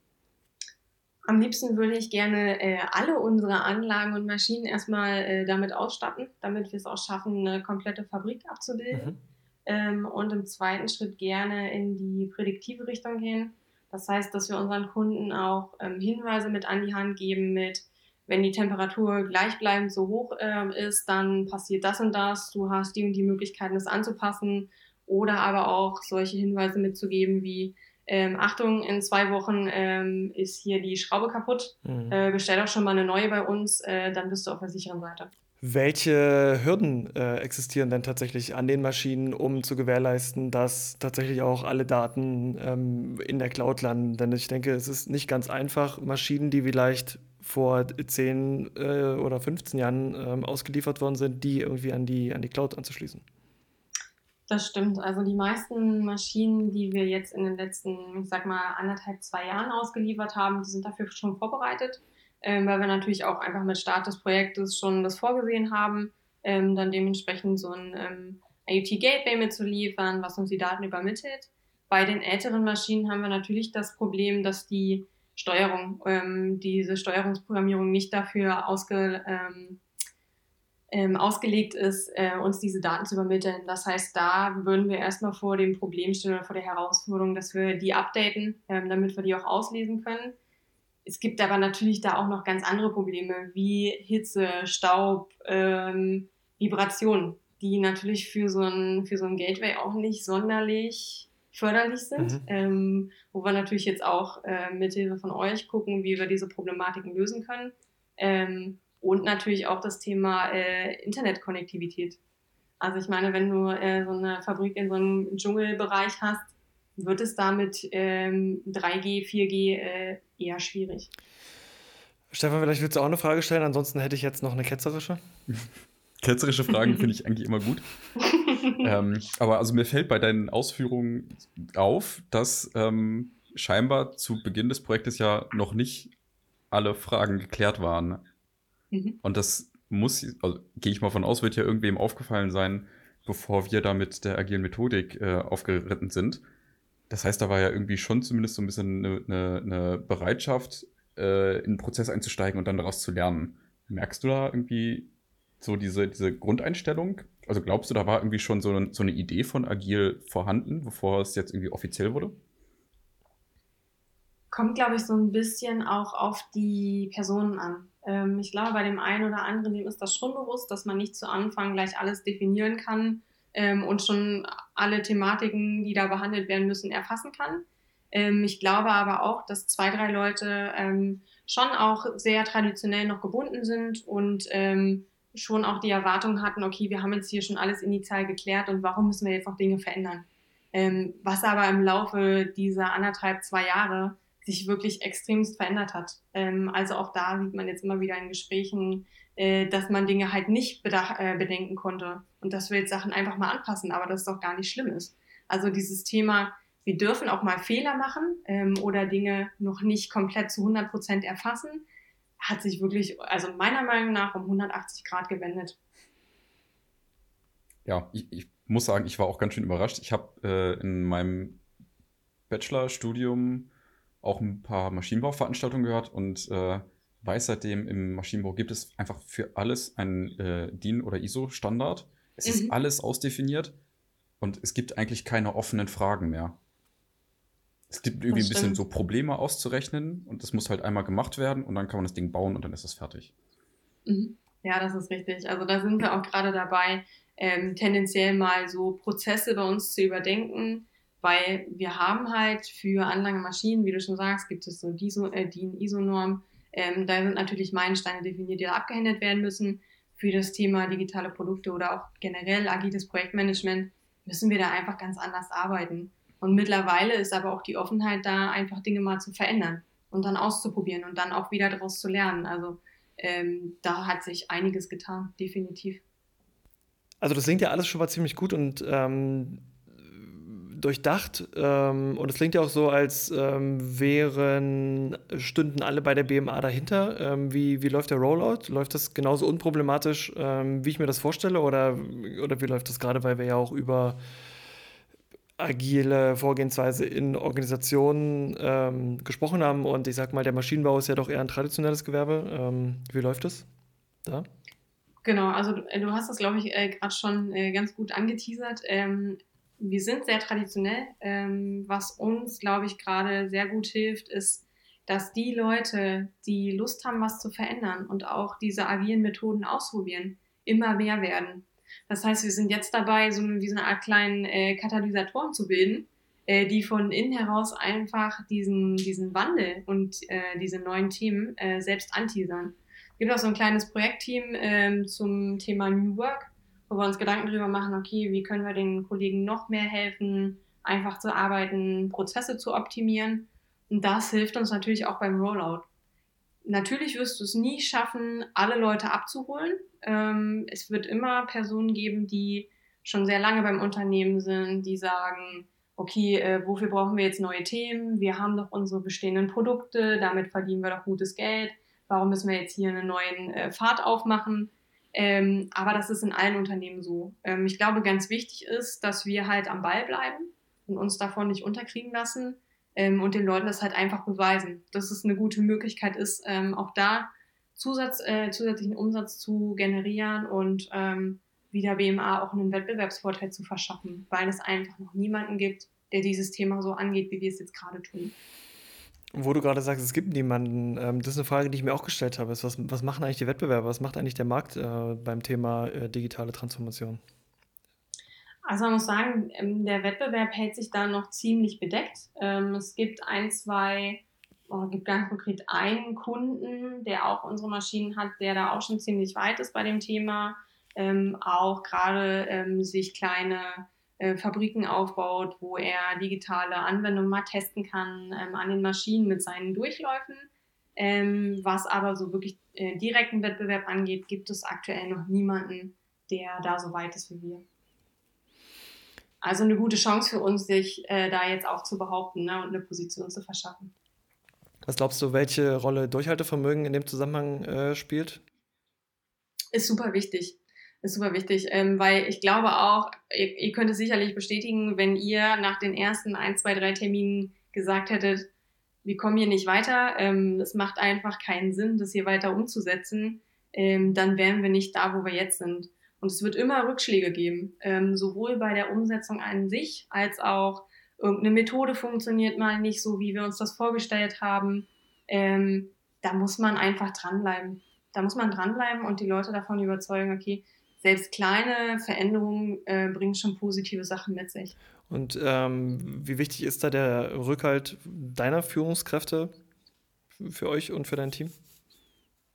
Am liebsten würde ich gerne äh, alle unsere Anlagen und Maschinen erstmal äh, damit ausstatten, damit wir es auch schaffen, eine komplette Fabrik abzubilden. Mhm. Ähm, und im zweiten Schritt gerne in die prädiktive Richtung gehen. Das heißt, dass wir unseren Kunden auch ähm, Hinweise mit an die Hand geben mit, wenn die Temperatur gleichbleibend so hoch ähm, ist, dann passiert das und das, du hast die und die Möglichkeiten, das anzupassen. Oder aber auch solche Hinweise mitzugeben wie, ähm, Achtung, in zwei Wochen ähm, ist hier die Schraube kaputt, mhm. äh, bestell doch schon mal eine neue bei uns, äh, dann bist du auf der sicheren Seite. Welche Hürden äh, existieren denn tatsächlich an den Maschinen, um zu gewährleisten, dass tatsächlich auch alle Daten ähm, in der Cloud landen? Denn ich denke, es ist nicht ganz einfach, Maschinen, die vielleicht vor zehn äh, oder fünfzehn Jahren ähm, ausgeliefert worden sind, die irgendwie an die, an die Cloud anzuschließen. Das stimmt. Also die meisten Maschinen, die wir jetzt in den letzten, ich sag mal, anderthalb, zwei Jahren ausgeliefert haben, die sind dafür schon vorbereitet. Ähm, weil wir natürlich auch einfach mit Start des Projektes schon das vorgesehen haben, ähm, dann dementsprechend so ein ähm, I O T-Gateway mitzuliefern, was uns die Daten übermittelt. Bei den älteren Maschinen haben wir natürlich das Problem, dass die Steuerung, ähm, diese Steuerungsprogrammierung nicht dafür ausge, ähm, ähm, ausgelegt ist, äh, uns diese Daten zu übermitteln. Das heißt, da würden wir erstmal vor dem Problem stehen oder vor der Herausforderung, dass wir die updaten, ähm, damit wir die auch auslesen können. Es gibt aber natürlich da auch noch ganz andere Probleme, wie Hitze, Staub, ähm, Vibrationen, die natürlich für so ein, für so ein Gateway auch nicht sonderlich förderlich sind, mhm. ähm, wo wir natürlich jetzt auch äh, mithilfe von euch gucken, wie wir diese Problematiken lösen können. Ähm, und natürlich auch das Thema äh, Internetkonnektivität. Also ich meine, wenn du äh, so eine Fabrik in so einem Dschungelbereich hast, wird es damit ähm, drei G, vier G äh, eher schwierig. Stefan, vielleicht willst du auch eine Frage stellen, ansonsten hätte ich jetzt noch eine ketzerische. Ketzerische Fragen finde ich eigentlich immer gut. ähm, aber also mir fällt bei deinen Ausführungen auf, dass ähm, scheinbar zu Beginn des Projektes ja noch nicht alle Fragen geklärt waren. Mhm. Und das muss, also gehe ich mal von aus, wird ja irgendwem aufgefallen sein, bevor wir da mit der agilen Methodik äh, aufgeritten sind. Das heißt, da war ja irgendwie schon zumindest so ein bisschen eine, eine, eine Bereitschaft, äh, in den Prozess einzusteigen und dann daraus zu lernen. Merkst du da irgendwie so diese, diese Grundeinstellung? Also glaubst du, da war irgendwie schon so eine, so eine Idee von Agil vorhanden, bevor es jetzt irgendwie offiziell wurde? Kommt, glaube ich, so ein bisschen auch auf die Personen an. Ähm, ich glaube, bei dem einen oder anderen, dem ist das schon bewusst, dass man nicht zu Anfang gleich alles definieren kann, Ähm, und schon alle Thematiken, die da behandelt werden müssen, erfassen kann. Ähm, ich glaube aber auch, dass zwei, drei Leute ähm, schon auch sehr traditionell noch gebunden sind und ähm, schon auch die Erwartung hatten, okay, wir haben jetzt hier schon alles initial geklärt und warum müssen wir jetzt noch Dinge verändern? Ähm, was aber im Laufe dieser anderthalb, zwei Jahre sich wirklich extremst verändert hat. Ähm, also auch da sieht man jetzt immer wieder in Gesprächen, äh, dass man Dinge halt nicht bedach- äh, bedenken konnte und dass wir jetzt Sachen einfach mal anpassen, aber das doch gar nicht schlimm ist. Also dieses Thema, wir dürfen auch mal Fehler machen ähm, oder Dinge noch nicht komplett zu hundert Prozent erfassen, hat sich wirklich, also meiner Meinung nach, um hundertachtzig Grad gewendet. Ja, ich, ich muss sagen, ich war auch ganz schön überrascht. Ich habe äh, in meinem Bachelorstudium auch ein paar Maschinenbauveranstaltungen gehört und äh, weiß seitdem, im Maschinenbau gibt es einfach für alles einen äh, D I N- oder I S O-Standard. Es ist Mhm. alles ausdefiniert und es gibt eigentlich keine offenen Fragen mehr. Es gibt irgendwie Das ein bisschen stimmt. so Probleme auszurechnen und das muss halt einmal gemacht werden und dann kann man das Ding bauen und dann ist es fertig. Mhm. Ja, das ist richtig. Also da sind wir auch gerade dabei, ähm, tendenziell mal so Prozesse bei uns zu überdenken, weil wir haben halt für Anlagemaschinen, wie du schon sagst, gibt es so die I S O, äh, D I N-I S O-Norm. Ähm, da sind natürlich Meilensteine definiert, die da abgehandelt werden müssen. Für das Thema digitale Produkte oder auch generell agiles Projektmanagement müssen wir da einfach ganz anders arbeiten. Und mittlerweile ist aber auch die Offenheit da, einfach Dinge mal zu verändern und dann auszuprobieren und dann auch wieder daraus zu lernen. Also ähm, da hat sich einiges getan, definitiv. Also das klingt ja alles schon mal ziemlich gut und ähm, durchdacht. Ähm, und es klingt ja auch so, als ähm, wären, stünden alle bei der B M A dahinter. Ähm, wie, wie läuft der Rollout? Läuft das genauso unproblematisch, ähm, wie ich mir das vorstelle? Oder, oder wie läuft das gerade, weil wir ja auch über agile Vorgehensweise in Organisationen ähm, gesprochen haben und ich sag mal, der Maschinenbau ist ja doch eher ein traditionelles Gewerbe. Ähm, wie läuft das da? Genau, also du, äh, du hast das, glaube ich, äh, gerade schon äh, ganz gut angeteasert. Ähm, wir sind sehr traditionell. Ähm, was uns, glaube ich, gerade sehr gut hilft, ist, dass die Leute, die Lust haben, was zu verändern und auch diese agilen Methoden ausprobieren, immer mehr werden. Das heißt, wir sind jetzt dabei, so wie so eine Art kleinen äh, Katalysatoren zu bilden, äh, die von innen heraus einfach diesen, diesen Wandel und äh, diese neuen Themen äh, selbst anteasern. Es gibt auch so ein kleines Projektteam ähm, zum Thema New Work, wo wir uns Gedanken darüber machen, okay, wie können wir den Kollegen noch mehr helfen, einfach zu arbeiten, Prozesse zu optimieren. Und das hilft uns natürlich auch beim Rollout. Natürlich wirst du es nie schaffen, alle Leute abzuholen. Ähm, es wird immer Personen geben, die schon sehr lange beim Unternehmen sind, die sagen, okay, äh, wofür brauchen wir jetzt neue Themen? Wir haben doch unsere bestehenden Produkte, damit verdienen wir doch gutes Geld. Warum müssen wir jetzt hier einen neuen äh, Pfad aufmachen? Ähm, aber das ist in allen Unternehmen so. Ähm, ich glaube, ganz wichtig ist, dass wir halt am Ball bleiben und uns davon nicht unterkriegen lassen ähm, und den Leuten das halt einfach beweisen, dass es eine gute Möglichkeit ist, ähm, auch da Zusatz, äh, zusätzlichen Umsatz zu generieren und ähm, wieder B M A auch einen Wettbewerbsvorteil zu verschaffen, weil es einfach noch niemanden gibt, der dieses Thema so angeht, wie wir es jetzt gerade tun. Wo du gerade sagst, es gibt niemanden, ähm, das ist eine Frage, die ich mir auch gestellt habe. Ist, was, was machen eigentlich die Wettbewerber? Was macht eigentlich der Markt äh, beim Thema äh, digitale Transformation? Also man muss sagen, ähm, der Wettbewerb hält sich da noch ziemlich bedeckt. Ähm, es gibt ein, zwei, oh, gibt ganz konkret einen Kunden, der auch unsere Maschinen hat, der da auch schon ziemlich weit ist bei dem Thema. Ähm, auch gerade ähm, sich kleine äh, Fabriken aufbaut, wo er digitale Anwendungen mal testen kann ähm, an den Maschinen mit seinen Durchläufen. Ähm, was aber so wirklich äh, direkten Wettbewerb angeht, gibt es aktuell noch niemanden, der da so weit ist wie wir. Also eine gute Chance für uns, sich äh, da jetzt auch zu behaupten, ne, und eine Position zu verschaffen. Was glaubst du, welche Rolle Durchhaltevermögen in dem Zusammenhang äh, spielt? Ist super wichtig. Ist super wichtig, ähm, weil ich glaube auch, ihr, ihr könnt es sicherlich bestätigen, wenn ihr nach den ersten ein, zwei, drei Terminen gesagt hättet, wir kommen hier nicht weiter, ähm, es macht einfach keinen Sinn, das hier weiter umzusetzen, ähm, dann wären wir nicht da, wo wir jetzt sind. Und es wird immer Rückschläge geben, ähm, sowohl bei der Umsetzung an sich, als auch irgendeine Methode funktioniert mal nicht so, wie wir uns das vorgestellt haben. Ähm, da muss man einfach dranbleiben. Da muss man dranbleiben und die Leute davon überzeugen, okay, selbst kleine Veränderungen äh, bringen schon positive Sachen mit sich. Und ähm, wie wichtig ist da der Rückhalt deiner Führungskräfte für euch und für dein Team?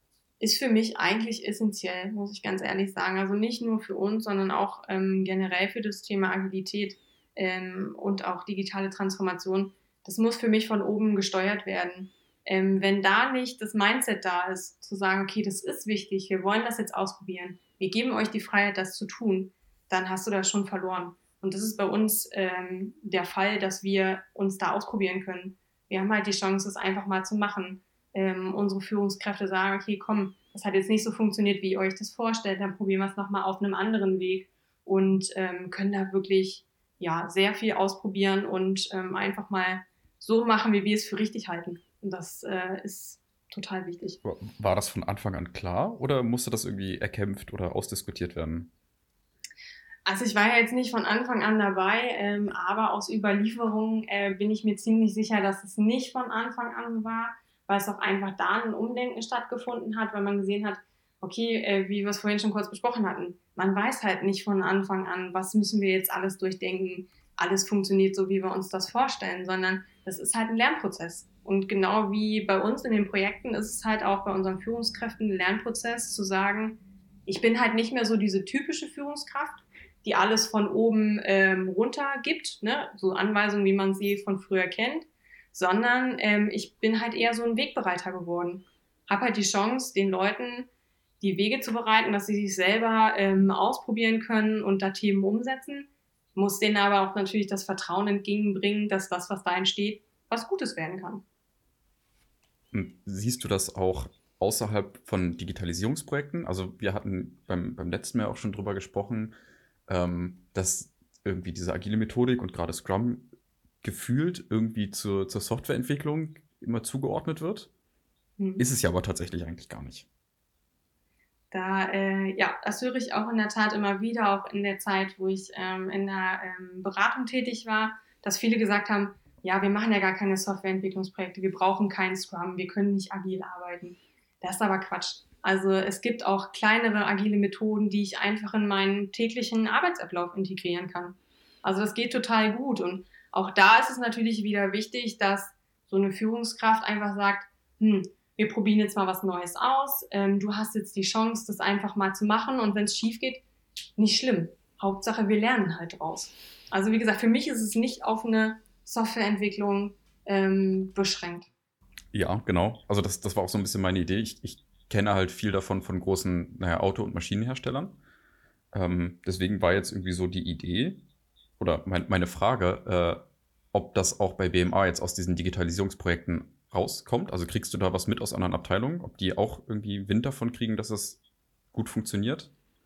ist für mich eigentlich essentiell, muss ich ganz ehrlich sagen. Also nicht nur für uns, sondern auch ähm, generell für das Thema Agilität ähm, und auch digitale Transformation. Das muss für mich von oben gesteuert werden. Ähm, wenn da nicht das Mindset da ist, zu sagen, okay, das ist wichtig, wir wollen das jetzt ausprobieren, wir geben euch die Freiheit, das zu tun, dann hast du das schon verloren. Und das ist bei uns ähm, der Fall, dass wir uns da ausprobieren können. Wir haben halt die Chance, es einfach mal zu machen. Ähm, unsere Führungskräfte sagen, okay, komm, das hat jetzt nicht so funktioniert, wie ihr euch das vorstellt, dann probieren wir es nochmal auf einem anderen Weg und ähm, können da wirklich ja, sehr viel ausprobieren und ähm, einfach mal so machen, wie wir es für richtig halten. Und das äh, ist total wichtig. War das von Anfang an klar oder musste das irgendwie erkämpft oder ausdiskutiert werden? Also ich war ja jetzt nicht von Anfang an dabei, ähm, aber aus Überlieferungen äh, bin ich mir ziemlich sicher, dass es nicht von Anfang an war, weil es auch einfach da ein Umdenken stattgefunden hat, weil man gesehen hat, okay, äh, wie wir es vorhin schon kurz besprochen hatten, man weiß halt nicht von Anfang an, was müssen wir jetzt alles durchdenken, alles funktioniert so, wie wir uns das vorstellen, sondern das ist halt ein Lernprozess. Und genau wie bei uns in den Projekten ist es halt auch bei unseren Führungskräften ein Lernprozess, zu sagen, ich bin halt nicht mehr so diese typische Führungskraft, die alles von oben ähm, runter gibt, ne? So Anweisungen, wie man sie von früher kennt, sondern ähm, ich bin halt eher so ein Wegbereiter geworden. Habe halt die Chance, den Leuten die Wege zu bereiten, dass sie sich selber ähm, ausprobieren können und da Themen umsetzen, muss denen aber auch natürlich das Vertrauen entgegenbringen, dass das, was da entsteht, was Gutes werden kann. Und siehst du das auch außerhalb von Digitalisierungsprojekten? Also wir hatten beim, beim letzten Mal auch schon drüber gesprochen, ähm, dass irgendwie diese agile Methodik und gerade Scrum gefühlt irgendwie zur, zur Softwareentwicklung immer zugeordnet wird. Mhm. Ist es ja aber tatsächlich eigentlich gar nicht. Da, äh, ja, das höre ich auch in der Tat immer wieder, auch in der Zeit, wo ich ähm, in der ähm, Beratung tätig war, dass viele gesagt haben, ja, wir machen ja gar keine Softwareentwicklungsprojekte, wir brauchen keinen Scrum, wir können nicht agil arbeiten. Das ist aber Quatsch. Also es gibt auch kleinere agile Methoden, die ich einfach in meinen täglichen Arbeitsablauf integrieren kann. Also das geht total gut. Und auch da ist es natürlich wieder wichtig, dass so eine Führungskraft einfach sagt, hm, wir probieren jetzt mal was Neues aus. Ähm, du hast jetzt die Chance, das einfach mal zu machen. Und wenn es schief geht, nicht schlimm. Hauptsache, wir lernen halt draus. Also wie gesagt, für mich ist es nicht auf eine Softwareentwicklung ähm, beschränkt. Ja, genau. Also das, das war auch so ein bisschen meine Idee. Ich, ich kenne halt viel davon von großen, naja, Auto- und Maschinenherstellern. Ähm, deswegen war jetzt irgendwie so die Idee oder mein, meine Frage, äh, ob das auch bei B M A jetzt aus diesen Digitalisierungsprojekten rauskommt. Also kriegst du da was mit aus anderen Abteilungen? Ob die auch irgendwie Wind davon kriegen, dass es gut funktioniert?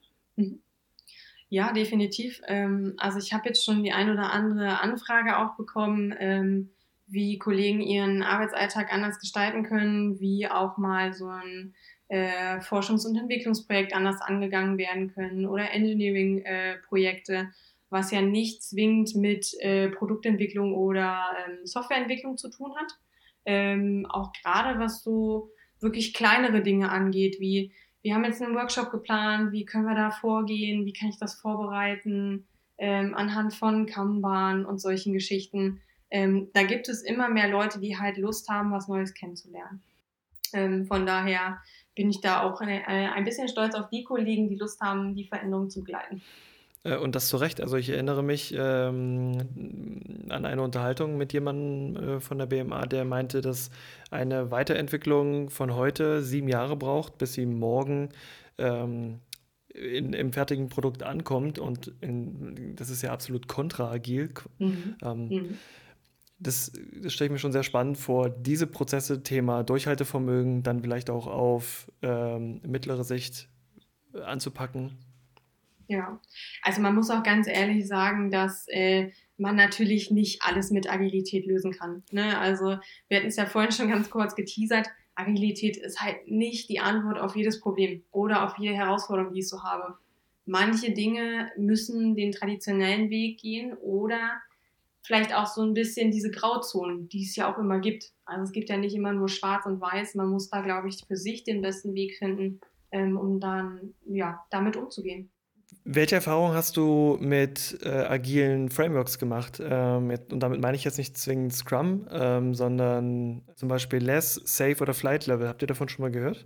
Ja, definitiv. Ähm, also ich habe jetzt schon die ein oder andere Anfrage auch bekommen, ähm, wie Kollegen ihren Arbeitsalltag anders gestalten können, wie auch mal so ein äh, Forschungs- und Entwicklungsprojekt anders angegangen werden können oder Engineering-Projekte, äh, was ja nicht zwingend mit äh, Produktentwicklung oder ähm, Softwareentwicklung zu tun hat. Ähm, auch gerade was so wirklich kleinere Dinge angeht, wie wir haben jetzt einen Workshop geplant, wie können wir da vorgehen, wie kann ich das vorbereiten, ähm, anhand von Kanban und solchen Geschichten. Ähm, da gibt es immer mehr Leute, die halt Lust haben, was Neues kennenzulernen. Ähm, von daher bin ich da auch äh, ein bisschen stolz auf die Kollegen, die Lust haben, die Veränderung zu begleiten. Und das zu Recht. Also ich erinnere mich ähm, an eine Unterhaltung mit jemandem äh, von der B M A, der meinte, dass eine Weiterentwicklung von heute sieben Jahre braucht, bis sie morgen ähm, in, im fertigen Produkt ankommt. Und in, das ist ja absolut kontraagil. Mhm. Ähm, Mhm. Das, das stelle ich mir schon sehr spannend vor, diese Prozesse, Thema Durchhaltevermögen, dann vielleicht auch auf ähm, mittlere Sicht anzupacken. Ja, also man muss auch ganz ehrlich sagen, dass äh, man natürlich nicht alles mit Agilität lösen kann. Ne? Also wir hatten es ja vorhin schon ganz kurz geteasert, Agilität ist halt nicht die Antwort auf jedes Problem oder auf jede Herausforderung, die ich so habe. Manche Dinge müssen den traditionellen Weg gehen oder vielleicht auch so ein bisschen diese Grauzonen, die es ja auch immer gibt. Also es gibt ja nicht immer nur schwarz und weiß, man muss da, glaube ich, für sich den besten Weg finden, ähm, um dann ja, damit umzugehen. Welche Erfahrung hast du mit äh, agilen Frameworks gemacht? Ähm, jetzt, und damit meine ich jetzt nicht zwingend Scrum, ähm, sondern zum Beispiel Less, Safe oder Flight Level. Habt ihr davon schon mal gehört?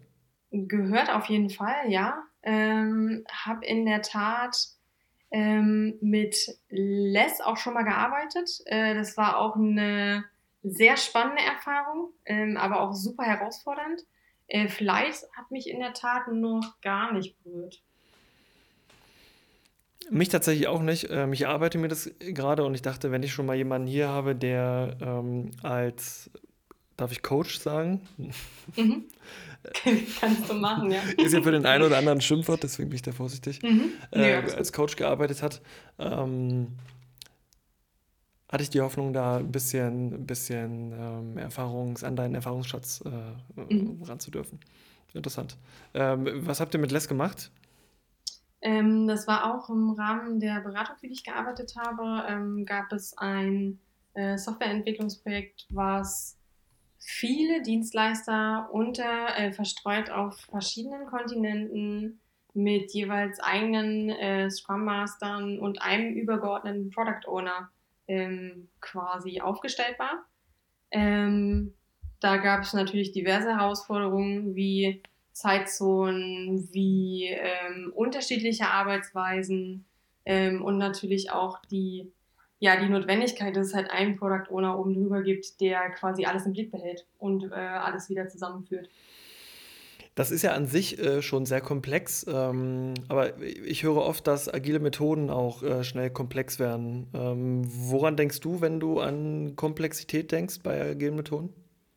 Gehört auf jeden Fall, ja. Ähm, habe in der Tat ähm, mit Les auch schon mal gearbeitet. Äh, das war auch eine sehr spannende Erfahrung, ähm, aber auch super herausfordernd. Äh, Fleiß hat mich in der Tat noch gar nicht berührt. Mich tatsächlich auch nicht. Ähm, ich arbeite mir das gerade und ich dachte, wenn ich schon mal jemanden hier habe, der ähm, als, darf ich Coach sagen? Mhm. Kannst du machen, ja. Ist ja für den einen oder anderen ein Schimpfwort, deswegen bin ich da vorsichtig. Mhm. Äh, Nee, alles als gut. Coach gearbeitet hat, ähm, hatte ich die Hoffnung, da ein bisschen, ein bisschen ähm, Erfahrungs, an deinen Erfahrungsschatz äh, Mhm. ran zu dürfen. Interessant. Ähm, was habt ihr mit Les gemacht? Ähm, das war auch im Rahmen der Beratung, für die ich gearbeitet habe, ähm, gab es ein äh, Softwareentwicklungsprojekt, was viele Dienstleister unter, äh, verstreut auf verschiedenen Kontinenten mit jeweils eigenen äh, Scrum Mastern und einem übergeordneten Product Owner ähm, quasi aufgestellt war. Ähm, Da gab es natürlich diverse Herausforderungen wie Zeitzonen, wie ähm, unterschiedliche Arbeitsweisen ähm, und natürlich auch die, ja, die Notwendigkeit, dass es halt einen Product Owner oben drüber gibt, der quasi alles im Blick behält und äh, alles wieder zusammenführt. Das ist ja an sich äh, schon sehr komplex, ähm, aber ich höre oft, dass agile Methoden auch äh, schnell komplex werden. Ähm, woran denkst du, wenn du an Komplexität denkst bei agilen Methoden?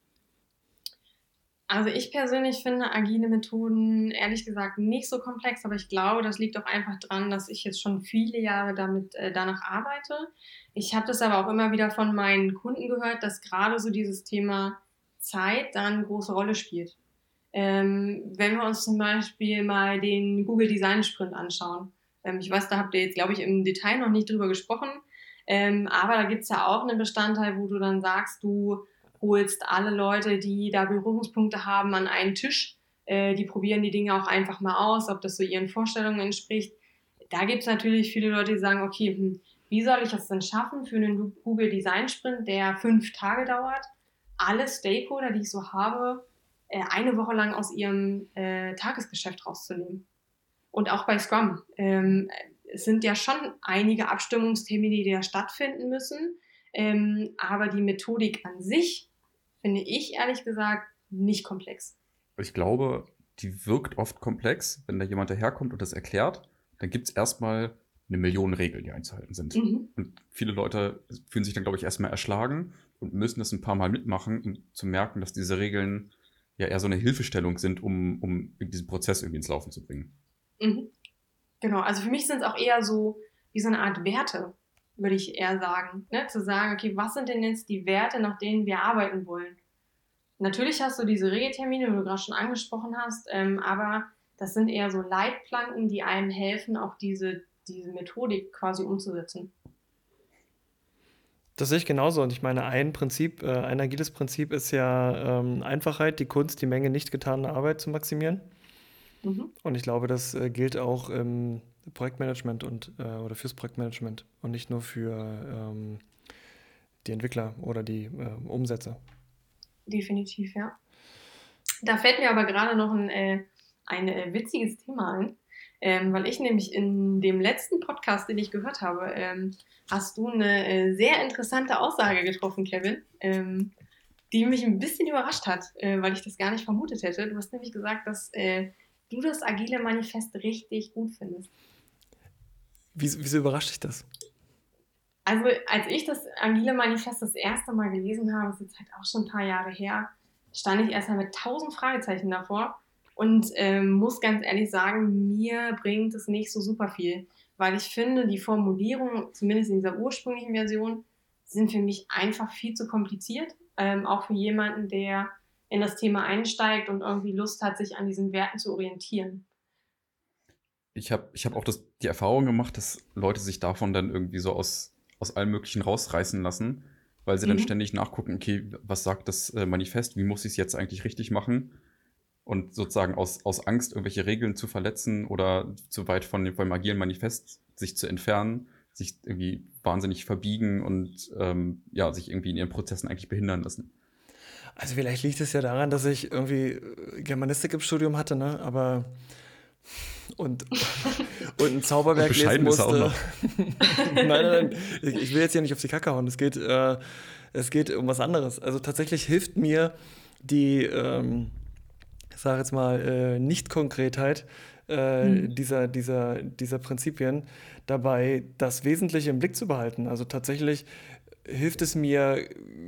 Also ich persönlich finde agile Methoden ehrlich gesagt nicht so komplex, aber ich glaube, das liegt auch einfach dran, dass ich jetzt schon viele Jahre damit äh, danach arbeite. Ich habe das aber auch immer wieder von meinen Kunden gehört, dass gerade so dieses Thema Zeit da eine große Rolle spielt. Ähm, wenn wir uns zum Beispiel mal den Google Design Sprint anschauen. Ähm, ich weiß, da habt ihr jetzt, glaube ich, im Detail noch nicht drüber gesprochen. Ähm, aber da gibt es ja auch einen Bestandteil, wo du dann sagst, du holst alle Leute, die da Berührungspunkte haben, an einen Tisch. Äh, die probieren die Dinge auch einfach mal aus, ob das so ihren Vorstellungen entspricht. Da gibt es natürlich viele Leute, die sagen, okay, hm, wie soll ich das denn schaffen für einen Google Design Sprint, der fünf Tage dauert, alle Stakeholder, die ich so habe, äh, eine Woche lang aus ihrem äh, Tagesgeschäft rauszunehmen. Und auch bei Scrum. Ähm, es sind ja schon einige Abstimmungstermine, die da stattfinden müssen. Ähm, aber die Methodik an sich finde ich ehrlich gesagt nicht komplex. Ich glaube, die wirkt oft komplex, wenn da jemand daherkommt und das erklärt, dann gibt es erstmal eine Million Regeln, die einzuhalten sind. Mhm. Und viele Leute fühlen sich dann, glaube ich, erstmal erschlagen und müssen das ein paar Mal mitmachen, um zu merken, dass diese Regeln ja eher so eine Hilfestellung sind, um, um diesen Prozess irgendwie ins Laufen zu bringen. Mhm. Genau, also für mich sind es auch eher so wie so eine Art Werte, würde ich eher sagen. Ne? Zu sagen, okay, was sind denn jetzt die Werte, nach denen wir arbeiten wollen? Natürlich hast du diese Regeltermine, wie du gerade schon angesprochen hast, ähm, aber das sind eher so Leitplanken, die einem helfen, auch diese, diese Methodik quasi umzusetzen. Das sehe ich genauso. Und ich meine, ein Prinzip, äh, ein agiles Prinzip ist ja ähm, Einfachheit, die Kunst, die Menge nicht getaner Arbeit zu maximieren. Mhm. Und ich glaube, das äh, gilt auch im Projektmanagement und äh, oder fürs Projektmanagement und nicht nur für ähm, die Entwickler oder die äh, Umsetzer. Definitiv, ja. Da fällt mir aber gerade noch ein, äh, ein äh, witziges Thema ein, ähm, weil ich nämlich in dem letzten Podcast, den ich gehört habe, ähm, hast du eine äh, sehr interessante Aussage getroffen, Kevin, ähm, die mich ein bisschen überrascht hat, äh, weil ich das gar nicht vermutet hätte. Du hast nämlich gesagt, dass äh, du das Agile Manifest richtig gut findest. Wieso, wieso überrascht dich das? Also als ich das Agile Manifest das erste Mal gelesen habe, das ist jetzt halt auch schon ein paar Jahre her, stand ich erstmal mit tausend Fragezeichen davor und ähm, muss ganz ehrlich sagen, mir bringt es nicht so super viel, weil ich finde, die Formulierungen, zumindest in dieser ursprünglichen Version, sind für mich einfach viel zu kompliziert, ähm, auch für jemanden, der in das Thema einsteigt und irgendwie Lust hat, sich an diesen Werten zu orientieren. Ich habe ich hab auch das, die Erfahrung gemacht, dass Leute sich davon dann irgendwie so aus, aus allem Möglichen rausreißen lassen, weil sie dann Mhm. ständig nachgucken, okay, was sagt das äh, Manifest, wie muss ich es jetzt eigentlich richtig machen? Und sozusagen aus, aus Angst, irgendwelche Regeln zu verletzen oder zu weit von dem, vom agilen Manifest sich zu entfernen, sich irgendwie wahnsinnig verbiegen und ähm, ja, sich irgendwie in ihren Prozessen eigentlich behindern lassen. Also vielleicht liegt es ja daran, dass ich irgendwie äh, Germanistik im Studium hatte, ne? Aber und, und ein Zauberwerk Und lesen bescheiden ist er auch musste. noch. Nein, nein, nein. Ich, ich will jetzt hier nicht auf die Kacke hauen. Es geht, äh, es geht um was anderes. Also tatsächlich hilft mir die, ähm, ich sage jetzt mal, äh, Nicht-Konkretheit äh, Mhm. dieser, dieser, dieser Prinzipien dabei, das Wesentliche im Blick zu behalten. Also tatsächlich hilft es mir,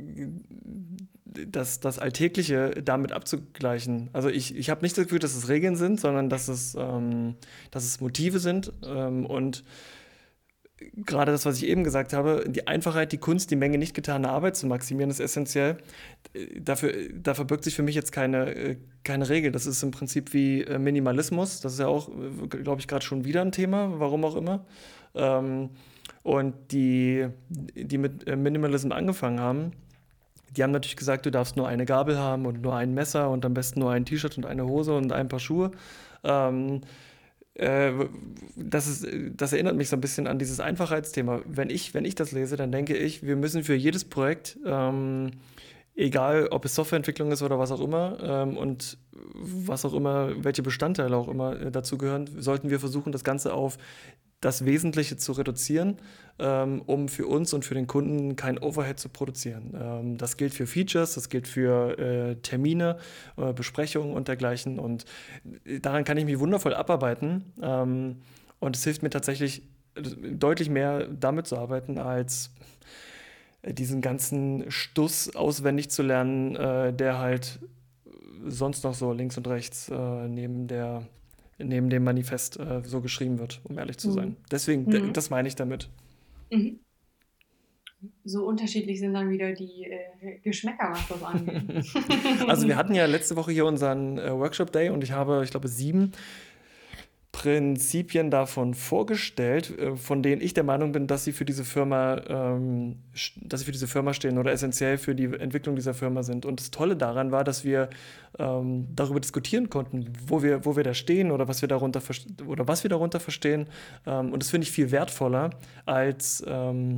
das, das Alltägliche damit abzugleichen. Also ich, ich habe nicht das Gefühl, dass es Regeln sind, sondern dass es, ähm, dass es Motive sind. Ähm, und gerade das, was ich eben gesagt habe, die Einfachheit, die Kunst, die Menge nicht getaner Arbeit zu maximieren, ist essentiell. Äh, Dafür, da verbirgt sich für mich jetzt keine, äh, keine Regel. Das ist im Prinzip wie äh, Minimalismus. Das ist ja auch, glaube ich, gerade schon wieder ein Thema, warum auch immer. Ähm, und die, die mit äh, Minimalism angefangen haben, die haben natürlich gesagt, du darfst nur eine Gabel haben und nur ein Messer und am besten nur ein T-Shirt und eine Hose und ein paar Schuhe. Ähm, äh, das ist, das erinnert mich so ein bisschen an dieses Einfachheitsthema. Wenn ich, wenn ich das lese, dann denke ich, wir müssen für jedes Projekt, ähm, egal ob es Softwareentwicklung ist oder was auch immer, ähm, und was auch immer, welche Bestandteile auch immer äh, dazu gehören, sollten wir versuchen, das Ganze auf das Wesentliche zu reduzieren, ähm, um für uns und für den Kunden kein Overhead zu produzieren. Ähm, das gilt für Features, das gilt für äh, Termine, äh, Besprechungen und dergleichen. Und daran kann ich mich wundervoll abarbeiten. Ähm, und es hilft mir tatsächlich äh, deutlich mehr damit zu arbeiten, als äh, diesen ganzen Stuss auswendig zu lernen, äh, der halt sonst noch so links und rechts äh, neben der neben dem Manifest äh, so geschrieben wird, um ehrlich zu sein. Mhm. Deswegen, d- Mhm. das meine ich damit. Mhm. So unterschiedlich sind dann wieder die äh, Geschmäcker, was das angeht. Also wir hatten ja letzte Woche hier unseren äh, Workshop Day und ich habe, ich glaube, sieben Prinzipien davon vorgestellt, äh, von denen ich der Meinung bin, dass sie für diese Firma, ähm, sch- dass sie für diese Firma stehen oder essentiell für die Entwicklung dieser Firma sind. Und das Tolle daran war, dass wir ähm, darüber diskutieren konnten, wo wir, wo wir da stehen oder was wir darunter verst- oder was wir darunter verstehen. Ähm, und das finde ich viel wertvoller als ähm,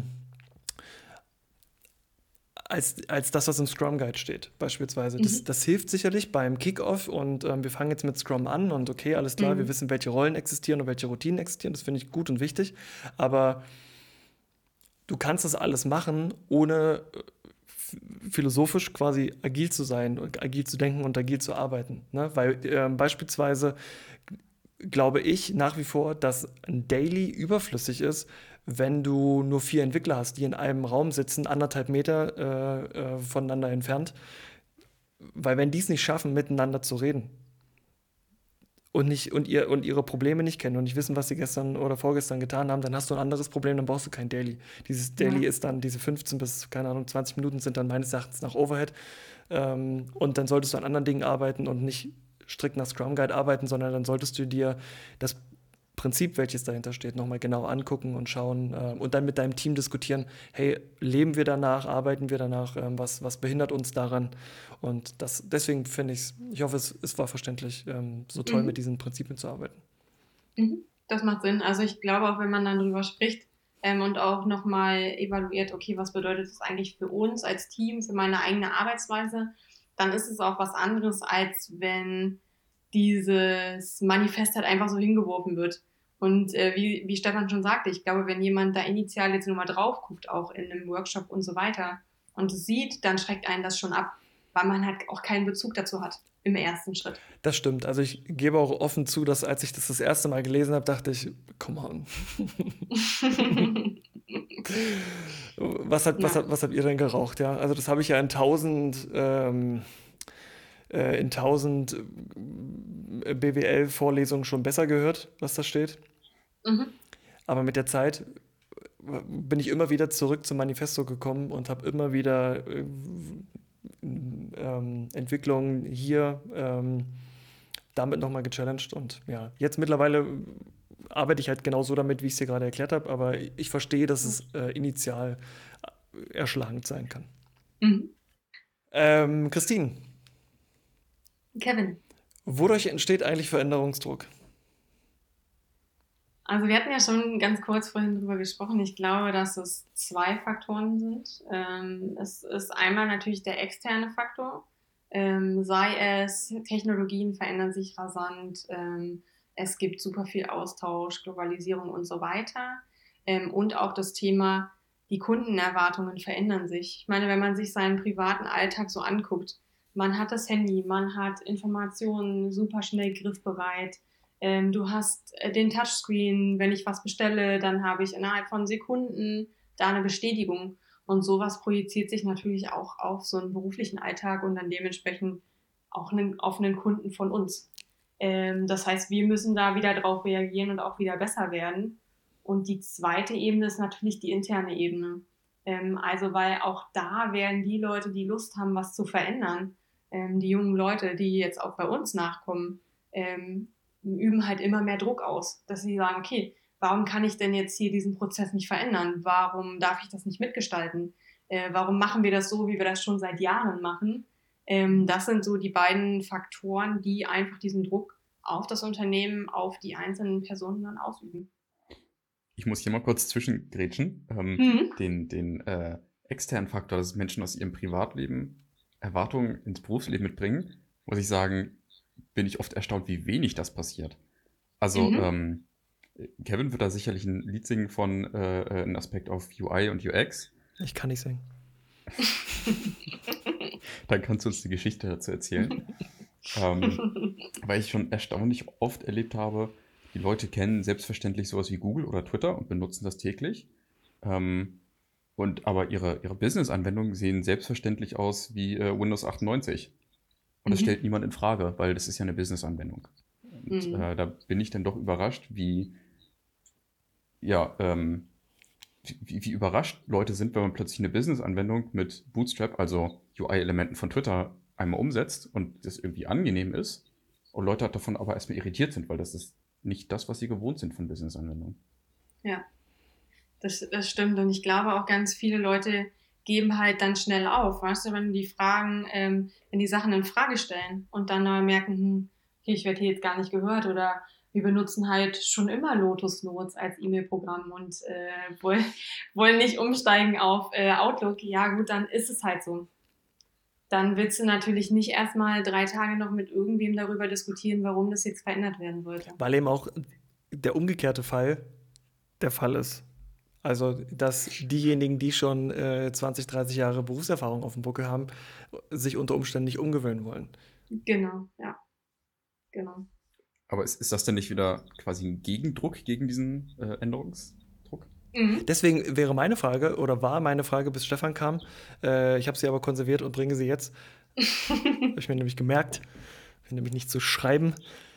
als, als das, was im Scrum Guide steht, beispielsweise. Das, Mhm. das hilft sicherlich beim Kickoff und ähm, wir fangen jetzt mit Scrum an und okay, alles klar, wir Mhm. wissen, welche Rollen existieren und welche Routinen existieren. Das finde ich gut und wichtig. Aber du kannst das alles machen, ohne äh, f- philosophisch quasi agil zu sein und agil zu denken und agil zu arbeiten. Ne? Weil ähm, beispielsweise glaube ich nach wie vor, dass ein Daily überflüssig ist, wenn du nur vier Entwickler hast, die in einem Raum sitzen, anderthalb Meter äh, äh, voneinander entfernt. Weil wenn die es nicht schaffen, miteinander zu reden und, nicht, und, ihr, und ihre Probleme nicht kennen und nicht wissen, was sie gestern oder vorgestern getan haben, dann hast du ein anderes Problem, dann brauchst du kein Daily. Dieses Daily Ja. ist dann, diese fünfzehn bis, keine Ahnung, zwanzig Minuten sind dann meines Erachtens nach Overhead. Ähm, und dann solltest du an anderen Dingen arbeiten und nicht strikt nach Scrum Guide arbeiten, sondern dann solltest du dir das Prinzip, welches dahinter steht, nochmal genau angucken und schauen äh, und dann mit deinem Team diskutieren, hey, leben wir danach, arbeiten wir danach, ähm, was, was behindert uns daran? Und das, deswegen finde ich es, ich hoffe, es, es war verständlich, ähm, so toll mit Mhm. diesen Prinzipien zu arbeiten. Mhm. Das macht Sinn. Also ich glaube auch, wenn man dann drüber spricht ähm, und auch nochmal evaluiert, okay, was bedeutet das eigentlich für uns als Team, für meine eigene Arbeitsweise, dann ist es auch was anderes, als wenn dieses Manifest halt einfach so hingeworfen wird. Und äh, wie, wie Stefan schon sagte, ich glaube, wenn jemand da initial jetzt nur mal drauf guckt, auch in einem Workshop und so weiter, und es sieht, dann schreckt einen das schon ab, weil man halt auch keinen Bezug dazu hat im ersten Schritt. Das stimmt. Also ich gebe auch offen zu, dass als ich das das erste Mal gelesen habe, dachte ich, come on. Was, hat, was, Ja. hat, was habt ihr denn geraucht? Ja, also das habe ich ja in tausend ähm, äh, in tausend äh, B W L-Vorlesungen schon besser gehört, was da steht. Mhm. Aber mit der Zeit äh, bin ich immer wieder zurück zum Manifesto gekommen und habe immer wieder äh, ähm, Entwicklungen hier ähm, damit nochmal gechallenged. Und ja, jetzt mittlerweile arbeite ich halt genauso damit, wie ich es dir gerade erklärt habe, aber ich verstehe, dass es äh, initial erschlagend sein kann. Mhm. Ähm, Christine, Kevin, wodurch entsteht eigentlich Veränderungsdruck? also wir hatten ja schon ganz kurz vorhin drüber gesprochen. Ich glaube, dass es zwei Faktoren sind. Ähm, es ist einmal natürlich der externe Faktor. Ähm, sei es, Technologien verändern sich rasant, ähm, es gibt super viel Austausch, Globalisierung und so weiter. Ähm, und auch das Thema, die Kundenerwartungen verändern sich. Ich meine, wenn man sich seinen privaten Alltag so anguckt, man hat das Handy, man hat Informationen super schnell griffbereit. Ähm, du hast äh, den Touchscreen, wenn ich was bestelle, dann habe ich innerhalb von Sekunden da eine Bestätigung. Und sowas projiziert sich natürlich auch auf so einen beruflichen Alltag und dann dementsprechend auch einen, auf einen Kunden von uns. Ähm, das heißt, wir müssen da wieder drauf reagieren und auch wieder besser werden. Und die zweite Ebene ist natürlich die interne Ebene. Ähm, also, weil auch da werden die Leute, die Lust haben, was zu verändern, ähm, die jungen Leute, die jetzt auch bei uns nachkommen, ähm, üben halt immer mehr Druck aus, dass sie sagen, okay, warum kann ich denn jetzt hier diesen Prozess nicht verändern? Warum darf ich das nicht mitgestalten? Äh, warum machen wir das so, wie wir das schon seit Jahren machen? Ähm, das sind so die beiden Faktoren, die einfach diesen Druck auf das Unternehmen, auf die einzelnen Personen dann ausüben. Ich muss hier mal kurz zwischengrätschen. Ähm, Mhm. Den, den äh, externen Faktor, dass Menschen aus ihrem Privatleben Erwartungen ins Berufsleben mitbringen, muss ich sagen, bin ich oft erstaunt, wie wenig das passiert. Also, Mhm. ähm, Kevin wird da sicherlich ein Lied singen von äh, äh, einem Aspekt auf U I und U X. Ich kann nicht singen. Dann kannst du uns die Geschichte dazu erzählen. ähm, weil ich schon erstaunlich oft erlebt habe, die Leute kennen selbstverständlich sowas wie Google oder Twitter und benutzen das täglich. Ähm, und aber ihre, ihre Business-Anwendungen sehen selbstverständlich aus wie äh, Windows achtundneunzig. Und das Mhm. stellt niemand in Frage, weil das ist ja eine Business-Anwendung. Und Mhm. äh, da bin ich dann doch überrascht, wie, ja, ähm, wie, wie überrascht Leute sind, wenn man plötzlich eine Business-Anwendung mit Bootstrap, also U I-Elementen von Twitter, einmal umsetzt und das irgendwie angenehm ist und Leute davon aber erstmal irritiert sind, weil das ist nicht das, was sie gewohnt sind von Business-Anwendungen. Ja, das, das stimmt. Und ich glaube auch ganz viele Leute geben halt dann schnell auf, weißt du, wenn die Fragen, ähm, wenn die Sachen in Frage stellen und dann äh, merken, hm, okay, ich werde hier jetzt gar nicht gehört oder wir benutzen halt schon immer Lotus Notes als E-Mail-Programm und äh, wollen, wollen nicht umsteigen auf äh, Outlook. Ja gut, dann ist es halt so. Dann willst du natürlich nicht erstmal drei Tage noch mit irgendwem darüber diskutieren, warum das jetzt verändert werden sollte. Weil eben auch der umgekehrte Fall der Fall ist. Also, dass diejenigen, die schon äh, zwanzig, dreißig Jahre Berufserfahrung auf dem Buckel haben, sich unter Umständen nicht umgewöhnen wollen. Genau, ja, genau. Aber ist, ist das denn nicht wieder quasi ein Gegendruck gegen diesen äh, Änderungsdruck? Mhm. Deswegen wäre meine Frage, oder war meine Frage, bis Stefan kam, äh, ich habe sie aber konserviert und bringe sie jetzt, habe ich mir nämlich gemerkt, ich nämlich nicht zu schreiben.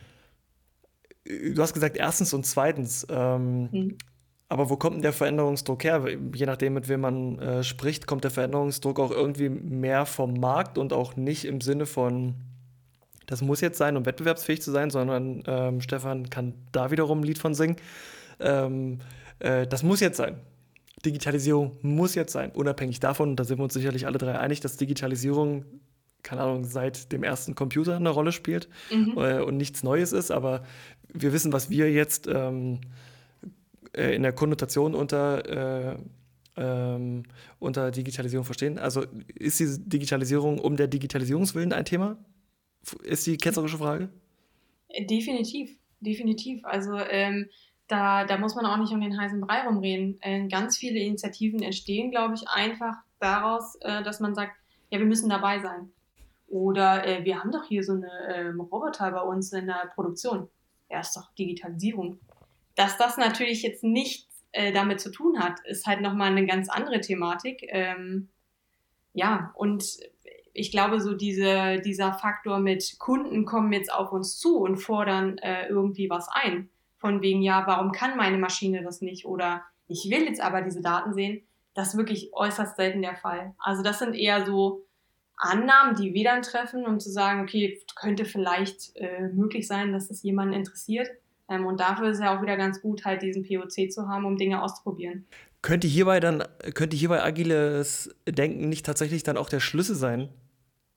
Du hast gesagt, erstens und zweitens, ähm, Mhm. aber wo kommt denn der Veränderungsdruck her? Je nachdem, mit wem man äh, spricht, kommt der Veränderungsdruck auch irgendwie mehr vom Markt und auch nicht im Sinne von, das muss jetzt sein, um wettbewerbsfähig zu sein, sondern ähm, Stefan kann da wiederum ein Lied von singen. Ähm, äh, das muss jetzt sein. Digitalisierung muss jetzt sein, unabhängig davon, und da sind wir uns sicherlich alle drei einig, dass Digitalisierung, keine Ahnung, seit dem ersten Computer eine Rolle spielt Mhm. äh, und nichts Neues ist, aber wir wissen, was wir jetzt ähm, äh, in der Konnotation unter, äh, ähm, unter Digitalisierung verstehen. Also ist die Digitalisierung um der Digitalisierungswillen ein Thema? F- Ist die ketzerische Frage? Definitiv, definitiv. Also ähm, da, da muss man auch nicht um den heißen Brei rumreden. Äh, ganz viele Initiativen entstehen, glaube ich, einfach daraus, äh, dass man sagt, ja, wir müssen dabei sein. Oder äh, wir haben doch hier so eine ähm, Roboter bei uns in der Produktion. Ja, ist doch Digitalisierung. Dass das natürlich jetzt nichts äh, damit zu tun hat, ist halt nochmal eine ganz andere Thematik. Ähm, ja, und ich glaube, so diese, dieser Faktor mit Kunden kommen jetzt auf uns zu und fordern äh, irgendwie was ein. Von wegen, ja, warum kann meine Maschine das nicht? Oder ich will jetzt aber diese Daten sehen. Das ist wirklich äußerst selten der Fall. Also das sind eher so Annahmen, die wir dann treffen, um zu sagen, okay, könnte vielleicht äh, möglich sein, dass das jemanden interessiert. Ähm, und dafür ist es ja auch wieder ganz gut, halt diesen P O C zu haben, um Dinge auszuprobieren. Könnte hierbei dann, könnte hierbei agiles Denken nicht tatsächlich dann auch der Schlüssel sein,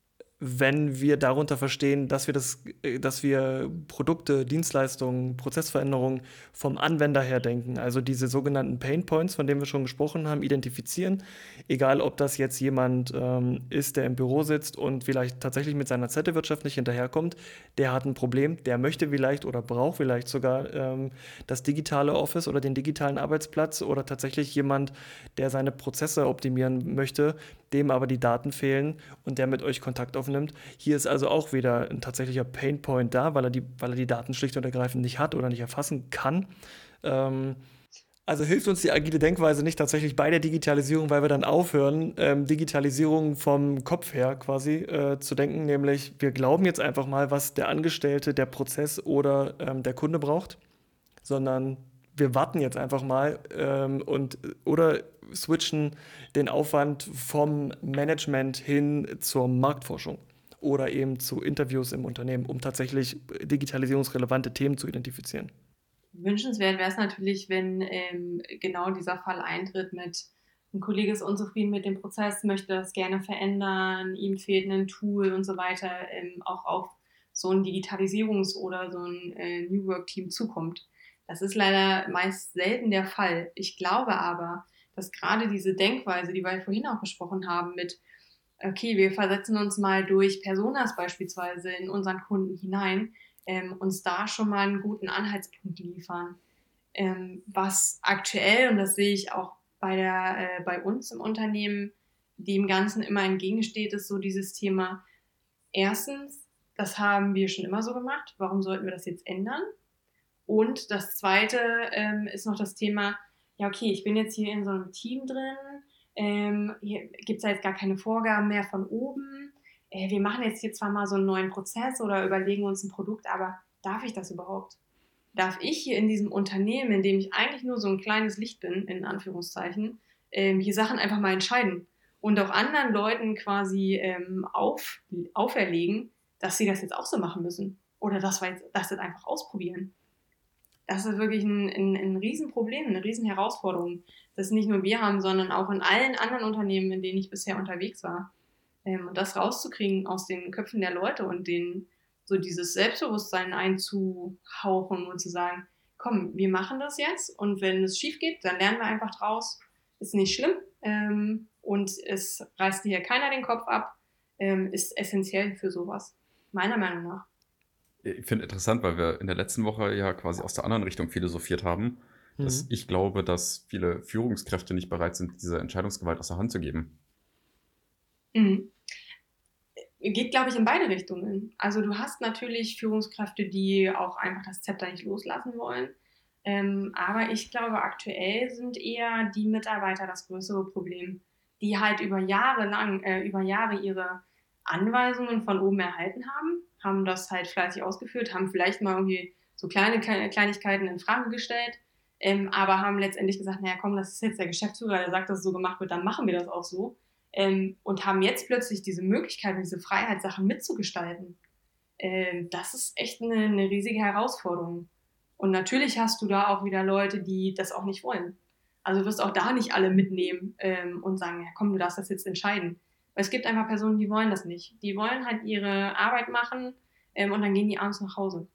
wenn wir darunter verstehen, dass wir das, äh, dass wir Produkte, Dienstleistungen, Prozessveränderungen vom Anwender her denken. Also diese sogenannten Pain Points, von denen wir schon gesprochen haben, identifizieren. Egal, ob das jetzt jemand ähm, ist, der im Büro sitzt und vielleicht tatsächlich mit seiner Zettelwirtschaft nicht hinterherkommt, der hat ein Problem, der möchte vielleicht oder braucht vielleicht sogar ähm, das digitale Office oder den digitalen Arbeitsplatz oder tatsächlich jemand, der seine Prozesse optimieren möchte, dem aber die Daten fehlen und der mit euch Kontakt aufnimmt. Hier ist also auch wieder ein tatsächlicher Painpoint da, weil er die, weil er die Daten schlicht und ergreifend nicht hat oder nicht erfassen kann. Ähm, also hilft uns die agile Denkweise nicht tatsächlich bei der Digitalisierung, weil wir dann aufhören, ähm, Digitalisierung vom Kopf her quasi äh, zu denken, nämlich wir glauben jetzt einfach mal, was der Angestellte, der Prozess oder ähm, der Kunde braucht, sondern wir warten jetzt einfach mal ähm, und oder switchen den Aufwand vom Management hin zur Marktforschung oder eben zu Interviews im Unternehmen, um tatsächlich digitalisierungsrelevante Themen zu identifizieren. Wünschenswert wäre es natürlich, wenn ähm, genau dieser Fall eintritt mit, ein Kollege ist unzufrieden mit dem Prozess, möchte das gerne verändern, ihm fehlt ein Tool und so weiter, ähm, auch auf so ein Digitalisierungs- oder so ein äh, New Work-Team zukommt. Das ist leider meist selten der Fall. Ich glaube aber, dass gerade diese Denkweise, die wir vorhin auch besprochen haben, mit, okay, wir versetzen uns mal durch Personas beispielsweise in unseren Kunden hinein, ähm, uns da schon mal einen guten Anhaltspunkt liefern. Ähm, was aktuell, und das sehe ich auch bei, der, äh, bei uns im Unternehmen, dem Ganzen immer entgegensteht, ist so dieses Thema, erstens, das haben wir schon immer so gemacht, warum sollten wir das jetzt ändern? Und das Zweite ähm, ist noch das Thema, ja okay, ich bin jetzt hier in so einem Team drin, ähm, hier gibt es ja jetzt gar keine Vorgaben mehr von oben, äh, wir machen jetzt hier zwar mal so einen neuen Prozess oder überlegen uns ein Produkt, aber darf ich das überhaupt? Darf ich hier in diesem Unternehmen, in dem ich eigentlich nur so ein kleines Licht bin, in Anführungszeichen, ähm, hier Sachen einfach mal entscheiden und auch anderen Leuten quasi ähm, auf, auferlegen, dass sie das jetzt auch so machen müssen oder dass wir jetzt, das jetzt einfach ausprobieren? Das ist wirklich ein, ein, ein Riesenproblem, eine Riesenherausforderung, das nicht nur wir haben, sondern auch in allen anderen Unternehmen, in denen ich bisher unterwegs war. Ähm, und das rauszukriegen aus den Köpfen der Leute und denen so dieses Selbstbewusstsein einzuhauchen und zu sagen, komm, wir machen das jetzt und wenn es schief geht, dann lernen wir einfach draus, ist nicht schlimm ähm, und es reißt dir hier keiner den Kopf ab, ähm, ist essentiell für sowas, meiner Meinung nach. Ich finde interessant, weil wir in der letzten Woche ja quasi aus der anderen Richtung philosophiert haben, dass Mhm. ich glaube, dass viele Führungskräfte nicht bereit sind, diese Entscheidungsgewalt aus der Hand zu geben. Mhm. Geht, glaube ich, in beide Richtungen. Also du hast natürlich Führungskräfte, die auch einfach das Zepter nicht loslassen wollen. Ähm, aber ich glaube, aktuell sind eher die Mitarbeiter das größere Problem, die halt über Jahre lang, äh, über Jahre ihre Anweisungen von oben erhalten haben, haben das halt fleißig ausgeführt, haben vielleicht mal irgendwie so kleine Kle- Kleinigkeiten in Frage gestellt, ähm, aber haben letztendlich gesagt, naja komm, das ist jetzt der Geschäftsführer, der sagt, dass es so gemacht wird, dann machen wir das auch so. Ähm, und haben jetzt plötzlich diese Möglichkeit, diese Freiheit, Sachen mitzugestalten. Ähm, das ist echt eine, eine riesige Herausforderung. Und natürlich hast du da auch wieder Leute, die das auch nicht wollen. Also du wirst auch da nicht alle mitnehmen ähm, und sagen, ja komm, du darfst das jetzt entscheiden. Weil es gibt einfach Personen, die wollen das nicht. Die wollen halt ihre Arbeit machen ähm, und dann gehen die abends nach Hause.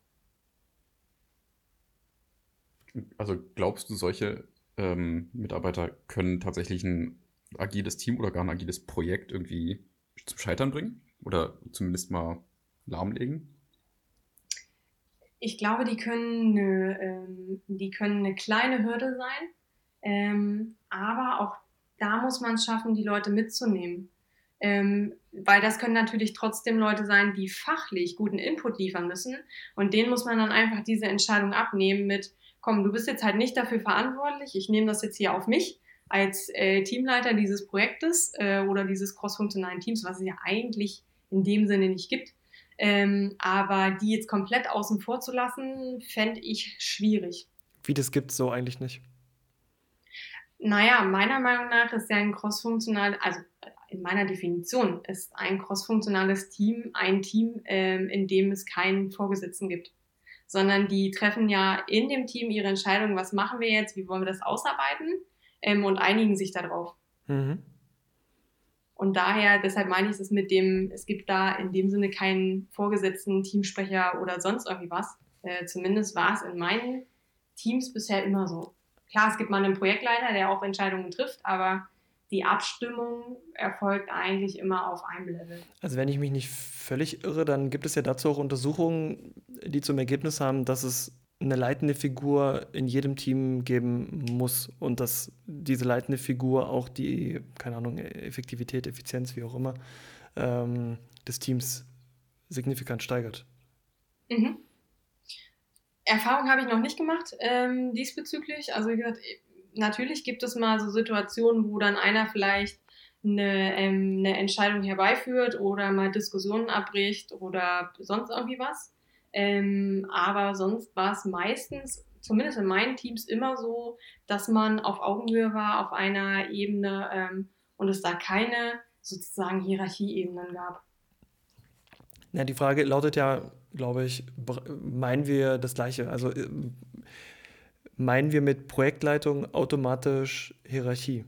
Also glaubst du, solche ähm, Mitarbeiter können tatsächlich ein agiles Team oder gar ein agiles Projekt irgendwie zum Scheitern bringen? Oder zumindest mal lahmlegen? Ich glaube, die können eine, ähm, die können eine kleine Hürde sein, ähm, aber auch da muss man es schaffen, die Leute mitzunehmen. Ähm, weil das können natürlich trotzdem Leute sein, die fachlich guten Input liefern müssen. Und denen muss man dann einfach diese Entscheidung abnehmen mit, komm, du bist jetzt halt nicht dafür verantwortlich, ich nehme das jetzt hier auf mich als äh, Teamleiter dieses Projektes äh, oder dieses crossfunktionalen Teams, was es ja eigentlich in dem Sinne nicht gibt. Ähm, aber die jetzt komplett außen vor zu lassen, fände ich schwierig. Wie das gibt es so eigentlich nicht. Naja, meiner Meinung nach ist ja ein crossfunktional, also in meiner Definition ist ein crossfunktionales Team ein Team, ähm, in dem es keinen Vorgesetzten gibt. Sondern die treffen ja in dem Team ihre Entscheidung, was machen wir jetzt, wie wollen wir das ausarbeiten ähm, und einigen sich darauf. Mhm. Und daher, deshalb meine ich es mit dem, es gibt da in dem Sinne keinen Vorgesetzten, Teamsprecher oder sonst irgendwie was. Äh, zumindest war es in meinen Teams bisher immer so. Klar, es gibt mal einen Projektleiter, der auch Entscheidungen trifft, aber die Abstimmung erfolgt eigentlich immer auf einem Level. Also wenn ich mich nicht völlig irre, dann gibt es ja dazu auch Untersuchungen, die zum Ergebnis haben, dass es eine leitende Figur in jedem Team geben muss und dass diese leitende Figur auch die, keine Ahnung, Effektivität, Effizienz, wie auch immer, ähm, des Teams signifikant steigert. Mhm. Erfahrung habe ich noch nicht gemacht ähm, diesbezüglich. Also wie gesagt, natürlich gibt es mal so Situationen, wo dann einer vielleicht eine, ähm, eine Entscheidung herbeiführt oder mal Diskussionen abbricht oder sonst irgendwie was. Ähm, aber sonst war es meistens, zumindest in meinen Teams, immer so, dass man auf Augenhöhe war, auf einer Ebene ähm, und es da keine sozusagen Hierarchieebenen gab. Ja, die Frage lautet ja, glaube ich, meinen wir das Gleiche? Also meinen wir mit Projektleitung automatisch Hierarchie?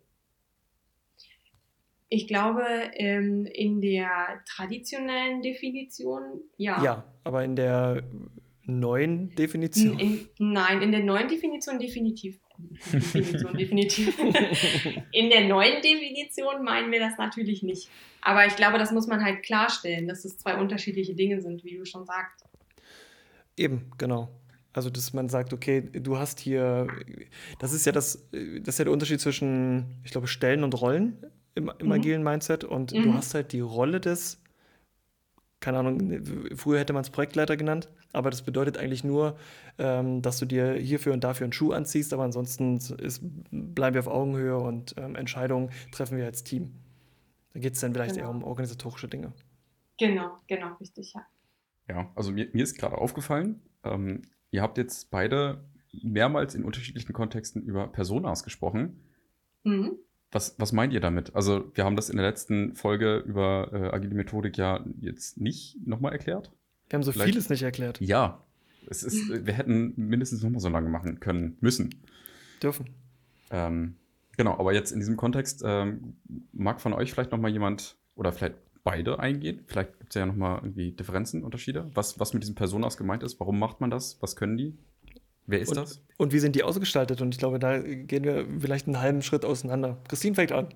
Ich glaube, ähm, in der traditionellen Definition, ja. Ja, aber in der neuen Definition? In, nein, in der neuen Definition definitiv. Definition definitiv. In der neuen Definition meinen wir das natürlich nicht. Aber ich glaube, das muss man halt klarstellen, dass es zwei unterschiedliche Dinge sind, wie du schon sagst. Eben, genau. Also, dass man sagt, okay, du hast hier, das ist ja das, das ist ja der Unterschied zwischen, ich glaube, Stellen und Rollen im, im Mhm. agilen Mindset. Und du Mhm. hast halt die Rolle des, keine Ahnung, früher hätte man es Projektleiter genannt, aber das bedeutet eigentlich nur, ähm, dass du dir hierfür und dafür einen Schuh anziehst, aber ansonsten ist, bleiben wir auf Augenhöhe und ähm, Entscheidungen treffen wir als Team. Da geht es dann vielleicht Genau. eher um organisatorische Dinge. Genau, genau, richtig, ja. Ja, also mir, mir ist gerade aufgefallen, ähm, ihr habt jetzt beide mehrmals in unterschiedlichen Kontexten über Personas gesprochen. Mhm. Was, was meint ihr damit? Also wir haben das in der letzten Folge über äh, agile Methodik ja jetzt nicht nochmal erklärt. Wir haben so Vielleicht- vieles nicht erklärt. Ja, es ist, wir hätten mindestens nochmal so lange machen können, müssen. Dürfen. Ähm, genau, aber jetzt in diesem Kontext ähm, mag von euch vielleicht nochmal jemand oder vielleicht beide eingehen. Vielleicht gibt es ja nochmal irgendwie Differenzen, Unterschiede. Was, was mit diesen Personas gemeint ist, warum macht man das, was können die? Wer ist Und, das? und wie sind die ausgestaltet? Und ich glaube, da gehen wir vielleicht einen halben Schritt auseinander. Christine fängt an.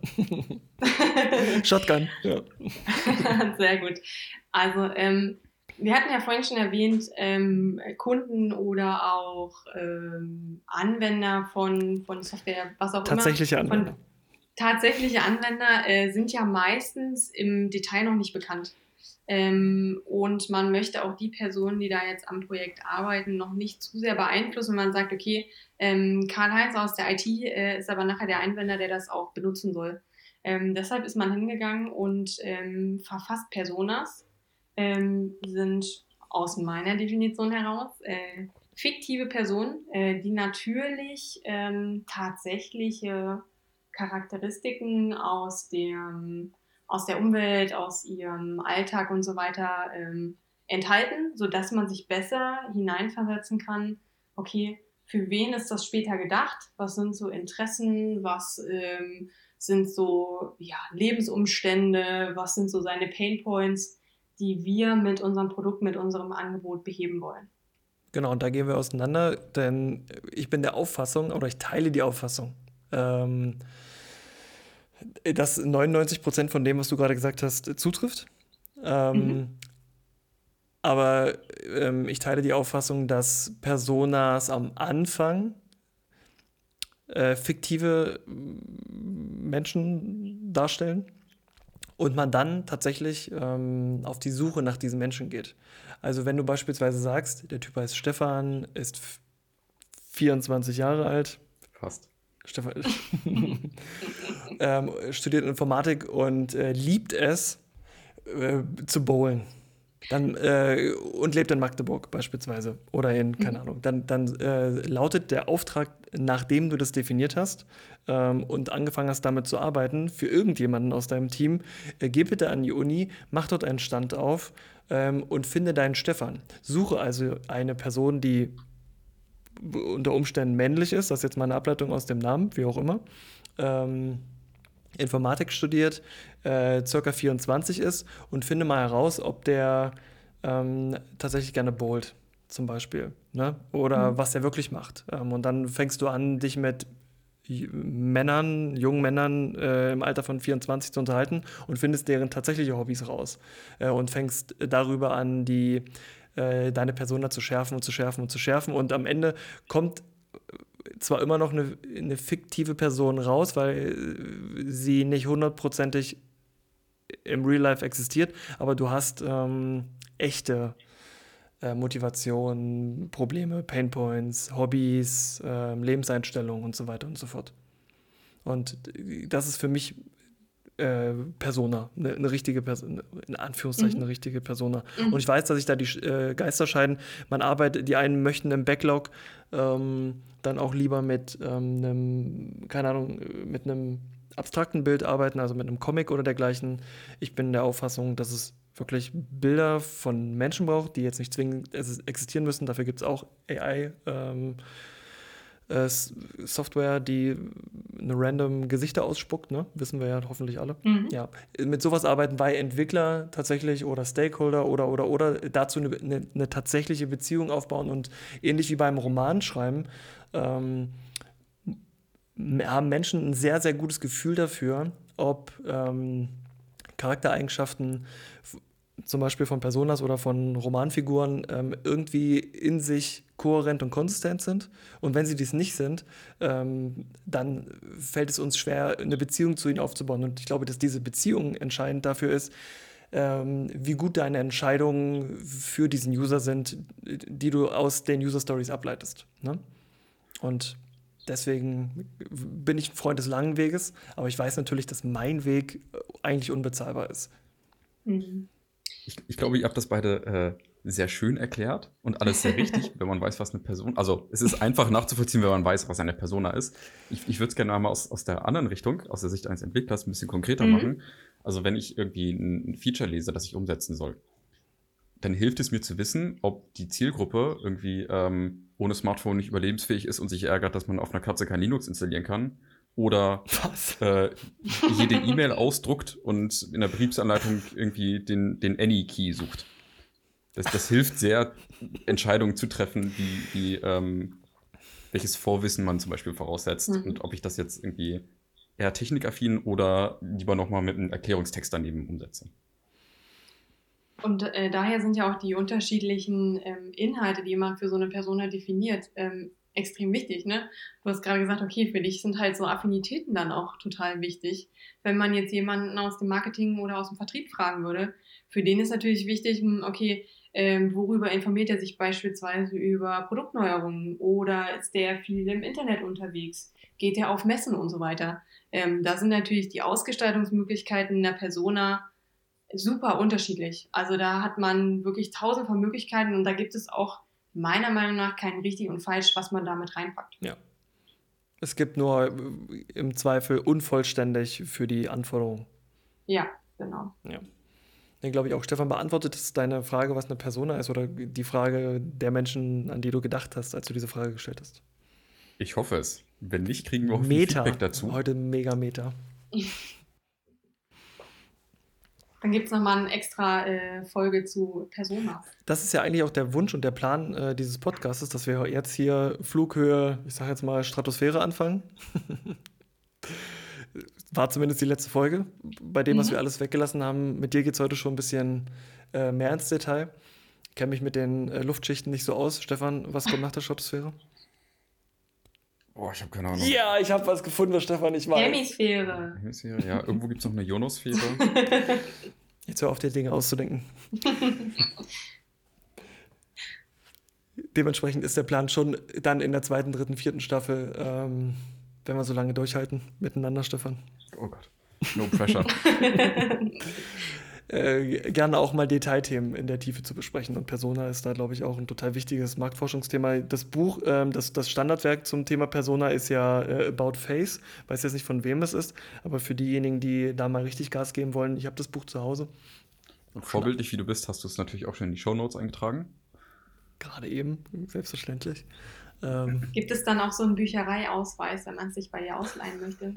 Shotgun. Ja. Sehr gut. Also, ähm, wir hatten ja vorhin schon erwähnt, ähm, Kunden oder auch ähm, Anwender von, von Software, was auch Tatsächliche immer. Anwender. Von, tatsächliche Anwender äh, sind ja meistens im Detail noch nicht bekannt. Ähm, und man möchte auch die Personen, die da jetzt am Projekt arbeiten, noch nicht zu sehr beeinflussen. Man sagt, okay, ähm, Karl-Heinz aus der I T äh, ist aber nachher der Anwender, der das auch benutzen soll. Ähm, deshalb ist man hingegangen und ähm, verfasst Personas, ähm, sind aus meiner Definition heraus äh, fiktive Personen, äh, die natürlich ähm, tatsächliche Charakteristiken aus dem aus der Umwelt, aus ihrem Alltag und so weiter ähm, enthalten, sodass man sich besser hineinversetzen kann, okay, für wen ist das später gedacht? Was sind so Interessen? Was ähm, sind so ja, Lebensumstände? Was sind so seine Painpoints, die wir mit unserem Produkt, mit unserem Angebot beheben wollen? Genau, und da gehen wir auseinander, denn ich bin der Auffassung, oder ich teile die Auffassung, ähm, dass neunundneunzig Prozent von dem, was du gerade gesagt hast, zutrifft. Ähm, Mhm. Aber ähm, ich teile die Auffassung, dass Personas am Anfang äh, fiktive Menschen darstellen und man dann tatsächlich ähm, auf die Suche nach diesen Menschen geht. Also wenn du beispielsweise sagst, der Typ heißt Stefan, ist f- vierundzwanzig Jahre alt, Fast. Stefan ähm, studiert Informatik und äh, liebt es, äh, zu bowlen. Dann, äh, und lebt in Magdeburg beispielsweise oder in, keine Ahnung. Dann, dann äh, lautet der Auftrag, nachdem du das definiert hast ähm, und angefangen hast, damit zu arbeiten, für irgendjemanden aus deinem Team, äh, geh bitte an die Uni, mach dort einen Stand auf ähm, und finde deinen Stefan. Suche also eine Person, die unter Umständen männlich ist, das ist jetzt mal eine Ableitung aus dem Namen, wie auch immer, ähm, Informatik studiert, äh, circa vierundzwanzig ist und finde mal heraus, ob der ähm, tatsächlich gerne bowlt, zum Beispiel, ne? Oder Mhm. was der wirklich macht. Ähm, und dann fängst du an, dich mit J- Männern, jungen Männern äh, im Alter von vierundzwanzig zu unterhalten und findest deren tatsächliche Hobbys raus äh, und fängst darüber an, die, äh, deine Persona zu schärfen und zu schärfen und zu schärfen und am Ende kommt zwar immer noch eine, eine fiktive Person raus, weil äh, sie nicht hundertprozentig im Real Life existiert, aber du hast ähm, echte äh, Motivation, Probleme, Painpoints, Hobbys, ähm, Lebenseinstellungen und so weiter und so fort. Und äh, das ist für mich äh, Persona, eine, eine richtige Persona, in Anführungszeichen eine Mhm. richtige Persona. Und Mhm. ich weiß, dass sich da die äh, Geister scheiden. Man arbeitet, die einen möchten im Backlog ähm, dann auch lieber mit ähm, einem, keine Ahnung, äh, mit einem abstrakten Bild arbeiten, also mit einem Comic oder dergleichen. Ich bin der Auffassung, dass es wirklich Bilder von Menschen braucht, die jetzt nicht zwingend es- existieren müssen. Dafür gibt es auch A I. Ähm, äh, S- Software, die eine random Gesichter ausspuckt, ne? Wissen wir ja hoffentlich alle. Mhm. Ja, mit sowas arbeiten bei Entwickler tatsächlich oder Stakeholder oder oder oder dazu eine, eine, eine tatsächliche Beziehung aufbauen und ähnlich wie beim Romanschreiben ähm, m- haben Menschen ein sehr, sehr gutes Gefühl dafür, ob ähm, Charaktereigenschaften f- zum Beispiel von Personas oder von Romanfiguren ähm, irgendwie in sich kohärent und konsistent sind. Und wenn sie dies nicht sind, ähm, dann fällt es uns schwer, eine Beziehung zu ihnen aufzubauen. Und ich glaube, dass diese Beziehung entscheidend dafür ist, ähm, wie gut deine Entscheidungen für diesen User sind, die du aus den User Stories ableitest. Ne? Und deswegen bin ich ein Freund des langen Weges, aber ich weiß natürlich, dass mein Weg äh, eigentlich unbezahlbar ist. Mhm. Ich, ich glaube, ihr habt das beide äh, sehr schön erklärt und alles sehr richtig, wenn man weiß, was eine Person. Also, es ist einfach nachzuvollziehen, wenn man weiß, was eine Persona ist. Ich, ich würde es gerne einmal aus, aus der anderen Richtung, aus der Sicht eines Entwicklers, ein bisschen konkreter Mhm. machen. Also, wenn ich irgendwie ein, ein Feature lese, das ich umsetzen soll, dann hilft es mir zu wissen, ob die Zielgruppe irgendwie ähm, ohne Smartphone nicht überlebensfähig ist und sich ärgert, dass man auf einer Katze kein Linux installieren kann. Oder Was? äh, jede E-Mail ausdruckt und in der Betriebsanleitung irgendwie den, den Any-Key sucht. Das, das hilft sehr, Entscheidungen zu treffen, wie, wie ähm, welches Vorwissen man zum Beispiel voraussetzt Mhm. und ob ich das jetzt irgendwie eher technikaffin oder lieber nochmal mit einem Erklärungstext daneben umsetze. Und äh, daher sind ja auch die unterschiedlichen ähm, Inhalte, die man für so eine Persona definiert, ähm, extrem wichtig. Ne? Du hast gerade gesagt, okay, für dich sind halt so Affinitäten dann auch total wichtig. Wenn man jetzt jemanden aus dem Marketing oder aus dem Vertrieb fragen würde, für den ist natürlich wichtig, hm, okay, ähm, worüber informiert er sich beispielsweise über Produktneuerungen oder ist der viel im Internet unterwegs? Geht er auf Messen und so weiter? Ähm, da sind natürlich die Ausgestaltungsmöglichkeiten einer Persona super unterschiedlich. Also da hat man wirklich tausend von Möglichkeiten und da gibt es auch meiner Meinung nach kein richtig und falsch, was man damit reinpackt. Ja. Es gibt nur äh, im Zweifel unvollständig für die Anforderungen. Ja, genau. Ja. Dann glaube ich auch, Stefan, beantwortet es deine Frage, was eine Persona ist oder die Frage der Menschen, an die du gedacht hast, als du diese Frage gestellt hast. Ich hoffe es. Wenn nicht, kriegen wir auch viel Meta. Feedback dazu. Heute mega Meta. Dann gibt es nochmal eine extra äh, Folge zu Personas. Das ist ja eigentlich auch der Wunsch und der Plan äh, dieses Podcasts, dass wir jetzt hier Flughöhe, ich sage jetzt mal Stratosphäre anfangen. War zumindest die letzte Folge. Bei dem, was Mhm. wir alles weggelassen haben, mit dir geht es heute schon ein bisschen äh, mehr ins Detail. Ich kenne mich mit den äh, Luftschichten nicht so aus. Stefan, was kommt nach der Stratosphäre? Boah, ich habe keine Ahnung. Ja, ich habe was gefunden, was Stefan nicht weiß. Hemisphäre. Hemisphäre, ja, irgendwo gibt es noch eine Ionosphäre. Jetzt hör auf, dir Dinge auszudenken. Dementsprechend ist der Plan schon dann in der zweiten, dritten, vierten Staffel, ähm, wenn wir so lange durchhalten miteinander, Stefan. Oh Gott. No pressure. Äh, gerne auch mal Detailthemen in der Tiefe zu besprechen. Und Persona ist da, glaube ich, auch ein total wichtiges Marktforschungsthema. Das Buch, ähm, das, das Standardwerk zum Thema Persona ist ja äh, About Face. Weiß jetzt nicht, von wem es ist, aber für diejenigen, die da mal richtig Gas geben wollen, ich habe das Buch zu Hause. Vorbildlich wie du bist, hast du es natürlich auch schon in die Shownotes eingetragen. Gerade eben, selbstverständlich. Ähm, Gibt es dann auch so einen Büchereiausweis, wenn man es sich bei dir ausleihen möchte?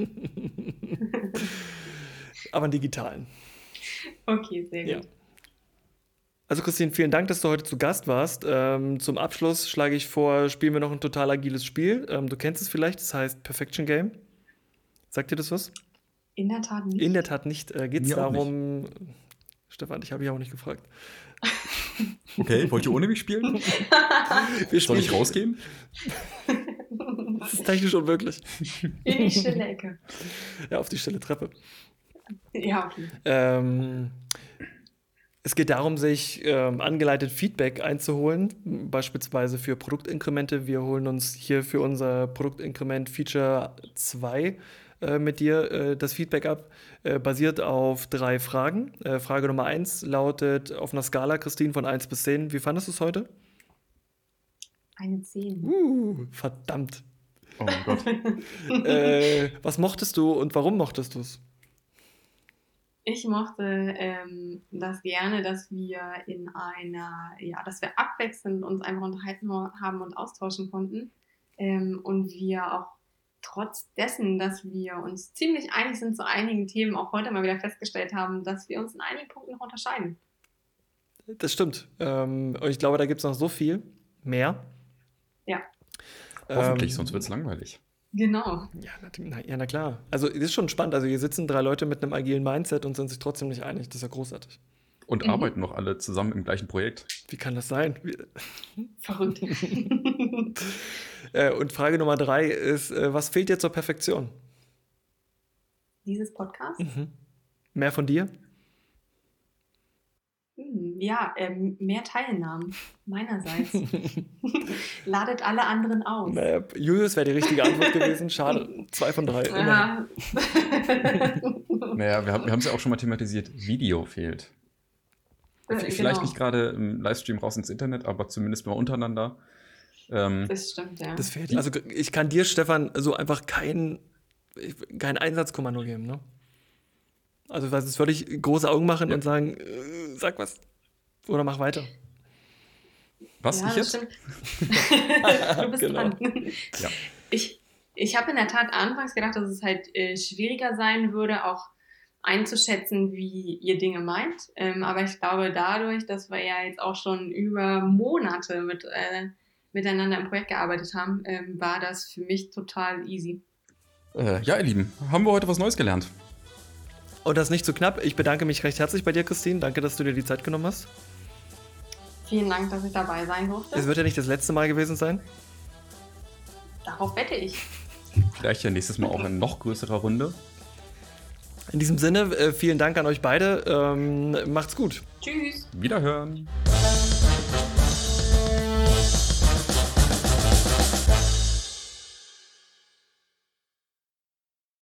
aber einen digitalen. Okay, sehr Ja. gut. Also Christine, vielen Dank, dass du heute zu Gast warst. Ähm, zum Abschluss schlage ich vor, spielen wir noch ein total agiles Spiel. Ähm, du kennst es vielleicht, das heißt Perfection Game. Sagt dir das was? In der Tat nicht. In der Tat nicht. Äh, Geht es Mir auch darum, Stefan, ich habe dich auch nicht gefragt. Okay, wollt ihr ohne mich spielen? Wir Soll ich spielen, rausgehen? das ist technisch unmöglich. In die stille Ecke. Ja, auf die stille Treppe. Ja, okay. Ähm, es geht darum, sich ähm, angeleitet Feedback einzuholen, m, beispielsweise für Produktinkremente. Wir holen uns hier für unser Produktinkrement Feature zwei äh, mit dir äh, das Feedback ab, äh, basiert auf drei Fragen. Äh, Frage Nummer eins lautet auf einer Skala, Christine, von eins bis zehn. Wie fandest du es heute? Eine zehn. Uh, verdammt. Oh mein Gott. äh, was mochtest du und warum mochtest du es? Ich mochte ähm, das gerne, dass wir in einer, ja, dass wir abwechselnd uns einfach unterhalten haben und austauschen konnten. Ähm, und wir auch trotz dessen, dass wir uns ziemlich einig sind zu einigen Themen, auch heute mal wieder festgestellt haben, dass wir uns in einigen Punkten noch unterscheiden. Das stimmt. Ähm, und ich glaube, da gibt es noch so viel mehr. Ja. Hoffentlich, Ähm, sonst wird es langweilig. Genau. Ja na, na, ja, na klar. Also, es ist schon spannend. Also, hier sitzen drei Leute mit einem agilen Mindset und sind sich trotzdem nicht einig. Das ist ja großartig. Und Mhm. arbeiten noch alle zusammen im gleichen Projekt. Wie kann das sein? Wie, Verrückt. äh, und Frage Nummer drei ist: äh, Was fehlt dir zur Perfektion? Dieses Podcast? Mhm. Mehr von dir? Hm, ja, ähm, mehr Teilnahmen meinerseits. Ladet alle anderen aus. Naja, Julius wäre die richtige Antwort gewesen. Schade. Zwei von drei. immerhin. Ja. Naja, wir haben wir es ja auch schon mal thematisiert. Video fehlt. Äh, Vielleicht genau. nicht gerade im Livestream raus ins Internet, aber zumindest mal untereinander. Ähm, Das stimmt, ja. Das fehlt. Also, ich kann dir, Stefan, so einfach kein, kein Einsatzkommando geben, ne? Also, was ist völlig große Augen machen Ja. und sagen, äh, sag was. Oder mach weiter. was, Ja, ich das jetzt? stimmt. Du bist Genau. dran. Ja. Ich, ich habe in der Tat anfangs gedacht, dass es halt äh, schwieriger sein würde, auch einzuschätzen, wie ihr Dinge meint. Ähm, aber ich glaube, dadurch, dass wir ja jetzt auch schon über Monate mit, äh, miteinander im Projekt gearbeitet haben, ähm, war das für mich total easy. Äh, ja, ihr Lieben, haben wir heute was Neues gelernt. Und das nicht zu knapp. Ich bedanke mich recht herzlich bei dir, Christine. Danke, dass du dir die Zeit genommen hast. Vielen Dank, dass ich dabei sein durfte. Es wird ja nicht das letzte Mal gewesen sein. Darauf wette ich. Vielleicht ja nächstes Mal auch in noch größerer Runde. In diesem Sinne, äh, vielen Dank an euch beide. Ähm, macht's gut. Tschüss. Wiederhören.